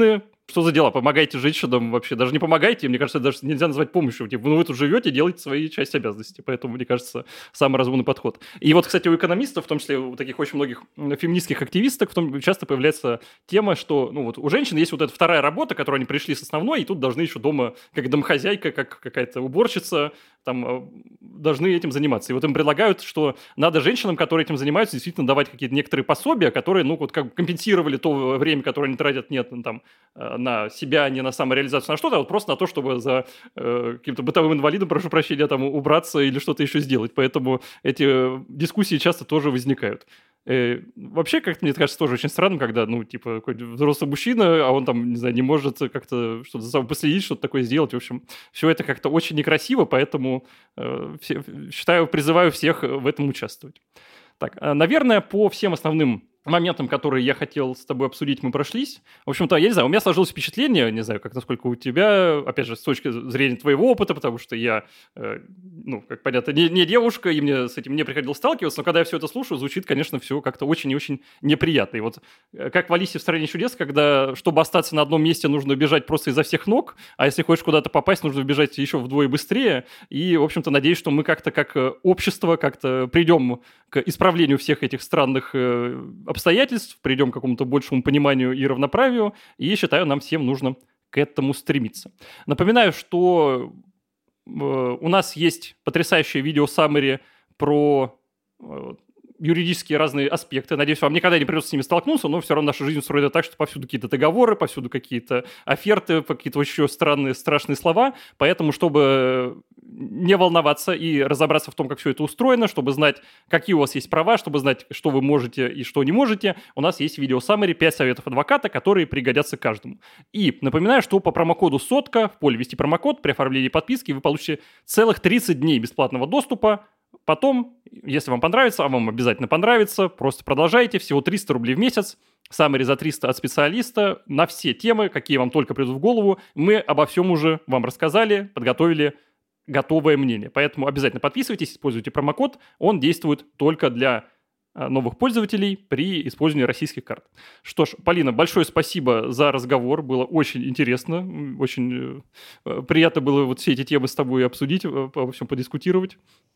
Что за дела? Помогайте женщинам вообще. Даже не помогайте, мне кажется, даже нельзя назвать помощью. Типа, ну, вы тут живете, делаете свои части обязанностей. Поэтому, мне кажется, самый разумный подход. И вот, кстати, у экономистов, в том числе у таких очень многих феминистских активисток, в том часто появляется тема, что ну, вот у женщин есть вот эта вторая работа, которую они пришли с основной, и тут должны еще дома, как домохозяйка, как какая-то уборщица, там, должны этим заниматься. И вот им предлагают, что надо женщинам, которые этим занимаются, действительно давать какие-то некоторые пособия, которые, ну, вот как бы компенсировали то время, которое они тратят, нет, там, на себя, не на самореализацию, на что-то, а вот просто на то, чтобы за э, каким-то бытовым инвалидом, прошу прощения, там, убраться или что-то еще сделать. Поэтому эти дискуссии часто тоже возникают. Э, вообще, как-то мне кажется, тоже очень странным, когда, ну, типа, какой-то взрослый мужчина, а он там, не знаю, не может как-то что-то за собой последить, что-то такое сделать. В общем, все это как-то очень некрасиво, поэтому э, все, считаю, призываю всех в этом участвовать. Так, наверное, по всем основным моментам, которые я хотел с тобой обсудить, мы прошлись. В общем-то, я не знаю, у меня сложилось впечатление, не знаю, как насколько у тебя, опять же, с точки зрения твоего опыта, потому что я, э, ну, как понятно, не, не девушка, и мне с этим не приходилось сталкиваться, но когда я все это слушаю, звучит, конечно, все как-то очень и очень неприятно. И вот как в «Алисе в стране чудес», когда, чтобы остаться на одном месте, нужно бежать просто изо всех ног, а если хочешь куда-то попасть, нужно бежать еще вдвое быстрее. И, в общем-то, надеюсь, что мы как-то как общество как-то придем к исправлению всех этих странных э, обстоятельств, придем к какому-то большему пониманию и равноправию, и считаю, нам всем нужно к этому стремиться. Напоминаю, что э, у нас есть потрясающее видео саммари про э, юридические разные аспекты. Надеюсь, вам никогда не придется с ними столкнуться, но все равно наша жизнь устроена так, что повсюду какие-то договоры, повсюду какие-то оферты, какие-то очень странные, страшные слова. Поэтому, чтобы не волноваться и разобраться в том, как все это устроено, чтобы знать, какие у вас есть права, чтобы знать, что вы можете и что не можете, у нас есть видео саммари пять советов адвоката, которые пригодятся каждому. И напоминаю, что по промокоду сотка, в поле «Ввести промокод», при оформлении подписки вы получите целых тридцать дней бесплатного доступа. Потом, если вам понравится, а вам обязательно понравится, просто продолжайте, всего триста рублей в месяц, саммари за триста от специалиста на все темы, какие вам только придут в голову. Мы обо всем уже вам рассказали, подготовили готовое мнение. Поэтому обязательно подписывайтесь, используйте промокод, он действует только для новых пользователей при использовании российских карт. Что ж, Полина, большое спасибо за разговор, было очень интересно, очень приятно было вот все эти темы с тобой обсудить, обо всем подискутировать.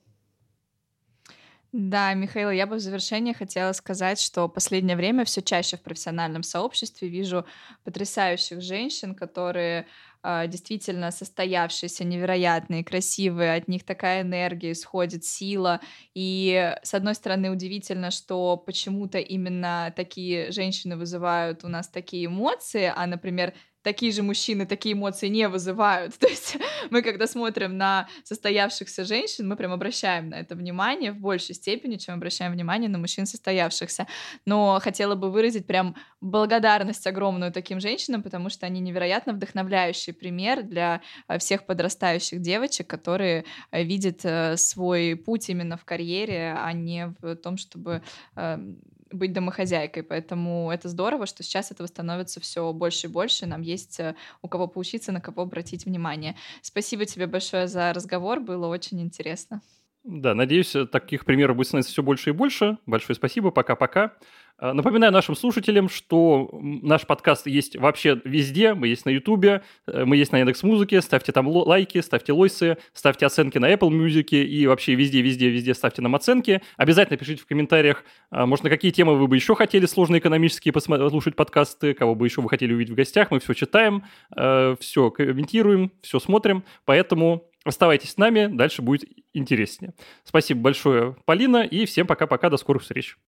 Да, Михаил, я бы в завершение хотела сказать, что в последнее время все чаще в профессиональном сообществе вижу потрясающих женщин, которые э, действительно состоявшиеся, невероятные, красивые, от них такая энергия исходит, сила. И, с одной стороны, удивительно, что почему-то именно такие женщины вызывают у нас такие эмоции, а, например, такие же мужчины такие эмоции не вызывают. То есть мы, когда смотрим на состоявшихся женщин, мы прям обращаем на это внимание в большей степени, чем обращаем внимание на мужчин состоявшихся. Но хотела бы выразить прям благодарность огромную таким женщинам, потому что они невероятно вдохновляющий пример для всех подрастающих девочек, которые видят свой путь именно в карьере, а не в том, чтобы быть домохозяйкой, поэтому это здорово, что сейчас этого становится все больше и больше, нам есть у кого поучиться, на кого обратить внимание. Спасибо тебе большое за разговор, было очень интересно. Да, надеюсь, таких примеров будет становиться все больше и больше. Большое спасибо, пока-пока. Напоминаю нашим слушателям, что наш подкаст есть вообще везде. Мы есть на Ютубе, мы есть на Яндекс.Музыке. Ставьте там лайки, ставьте лойсы, ставьте оценки на Apple Music и вообще везде-везде-везде ставьте нам оценки. Обязательно пишите в комментариях, может, на какие темы вы бы еще хотели сложные экономические послушать подкасты, кого бы еще вы хотели увидеть в гостях. Мы все читаем, все комментируем, все смотрим. Поэтому оставайтесь с нами, дальше будет интереснее. Спасибо большое, Полина, и всем пока-пока, до скорых встреч.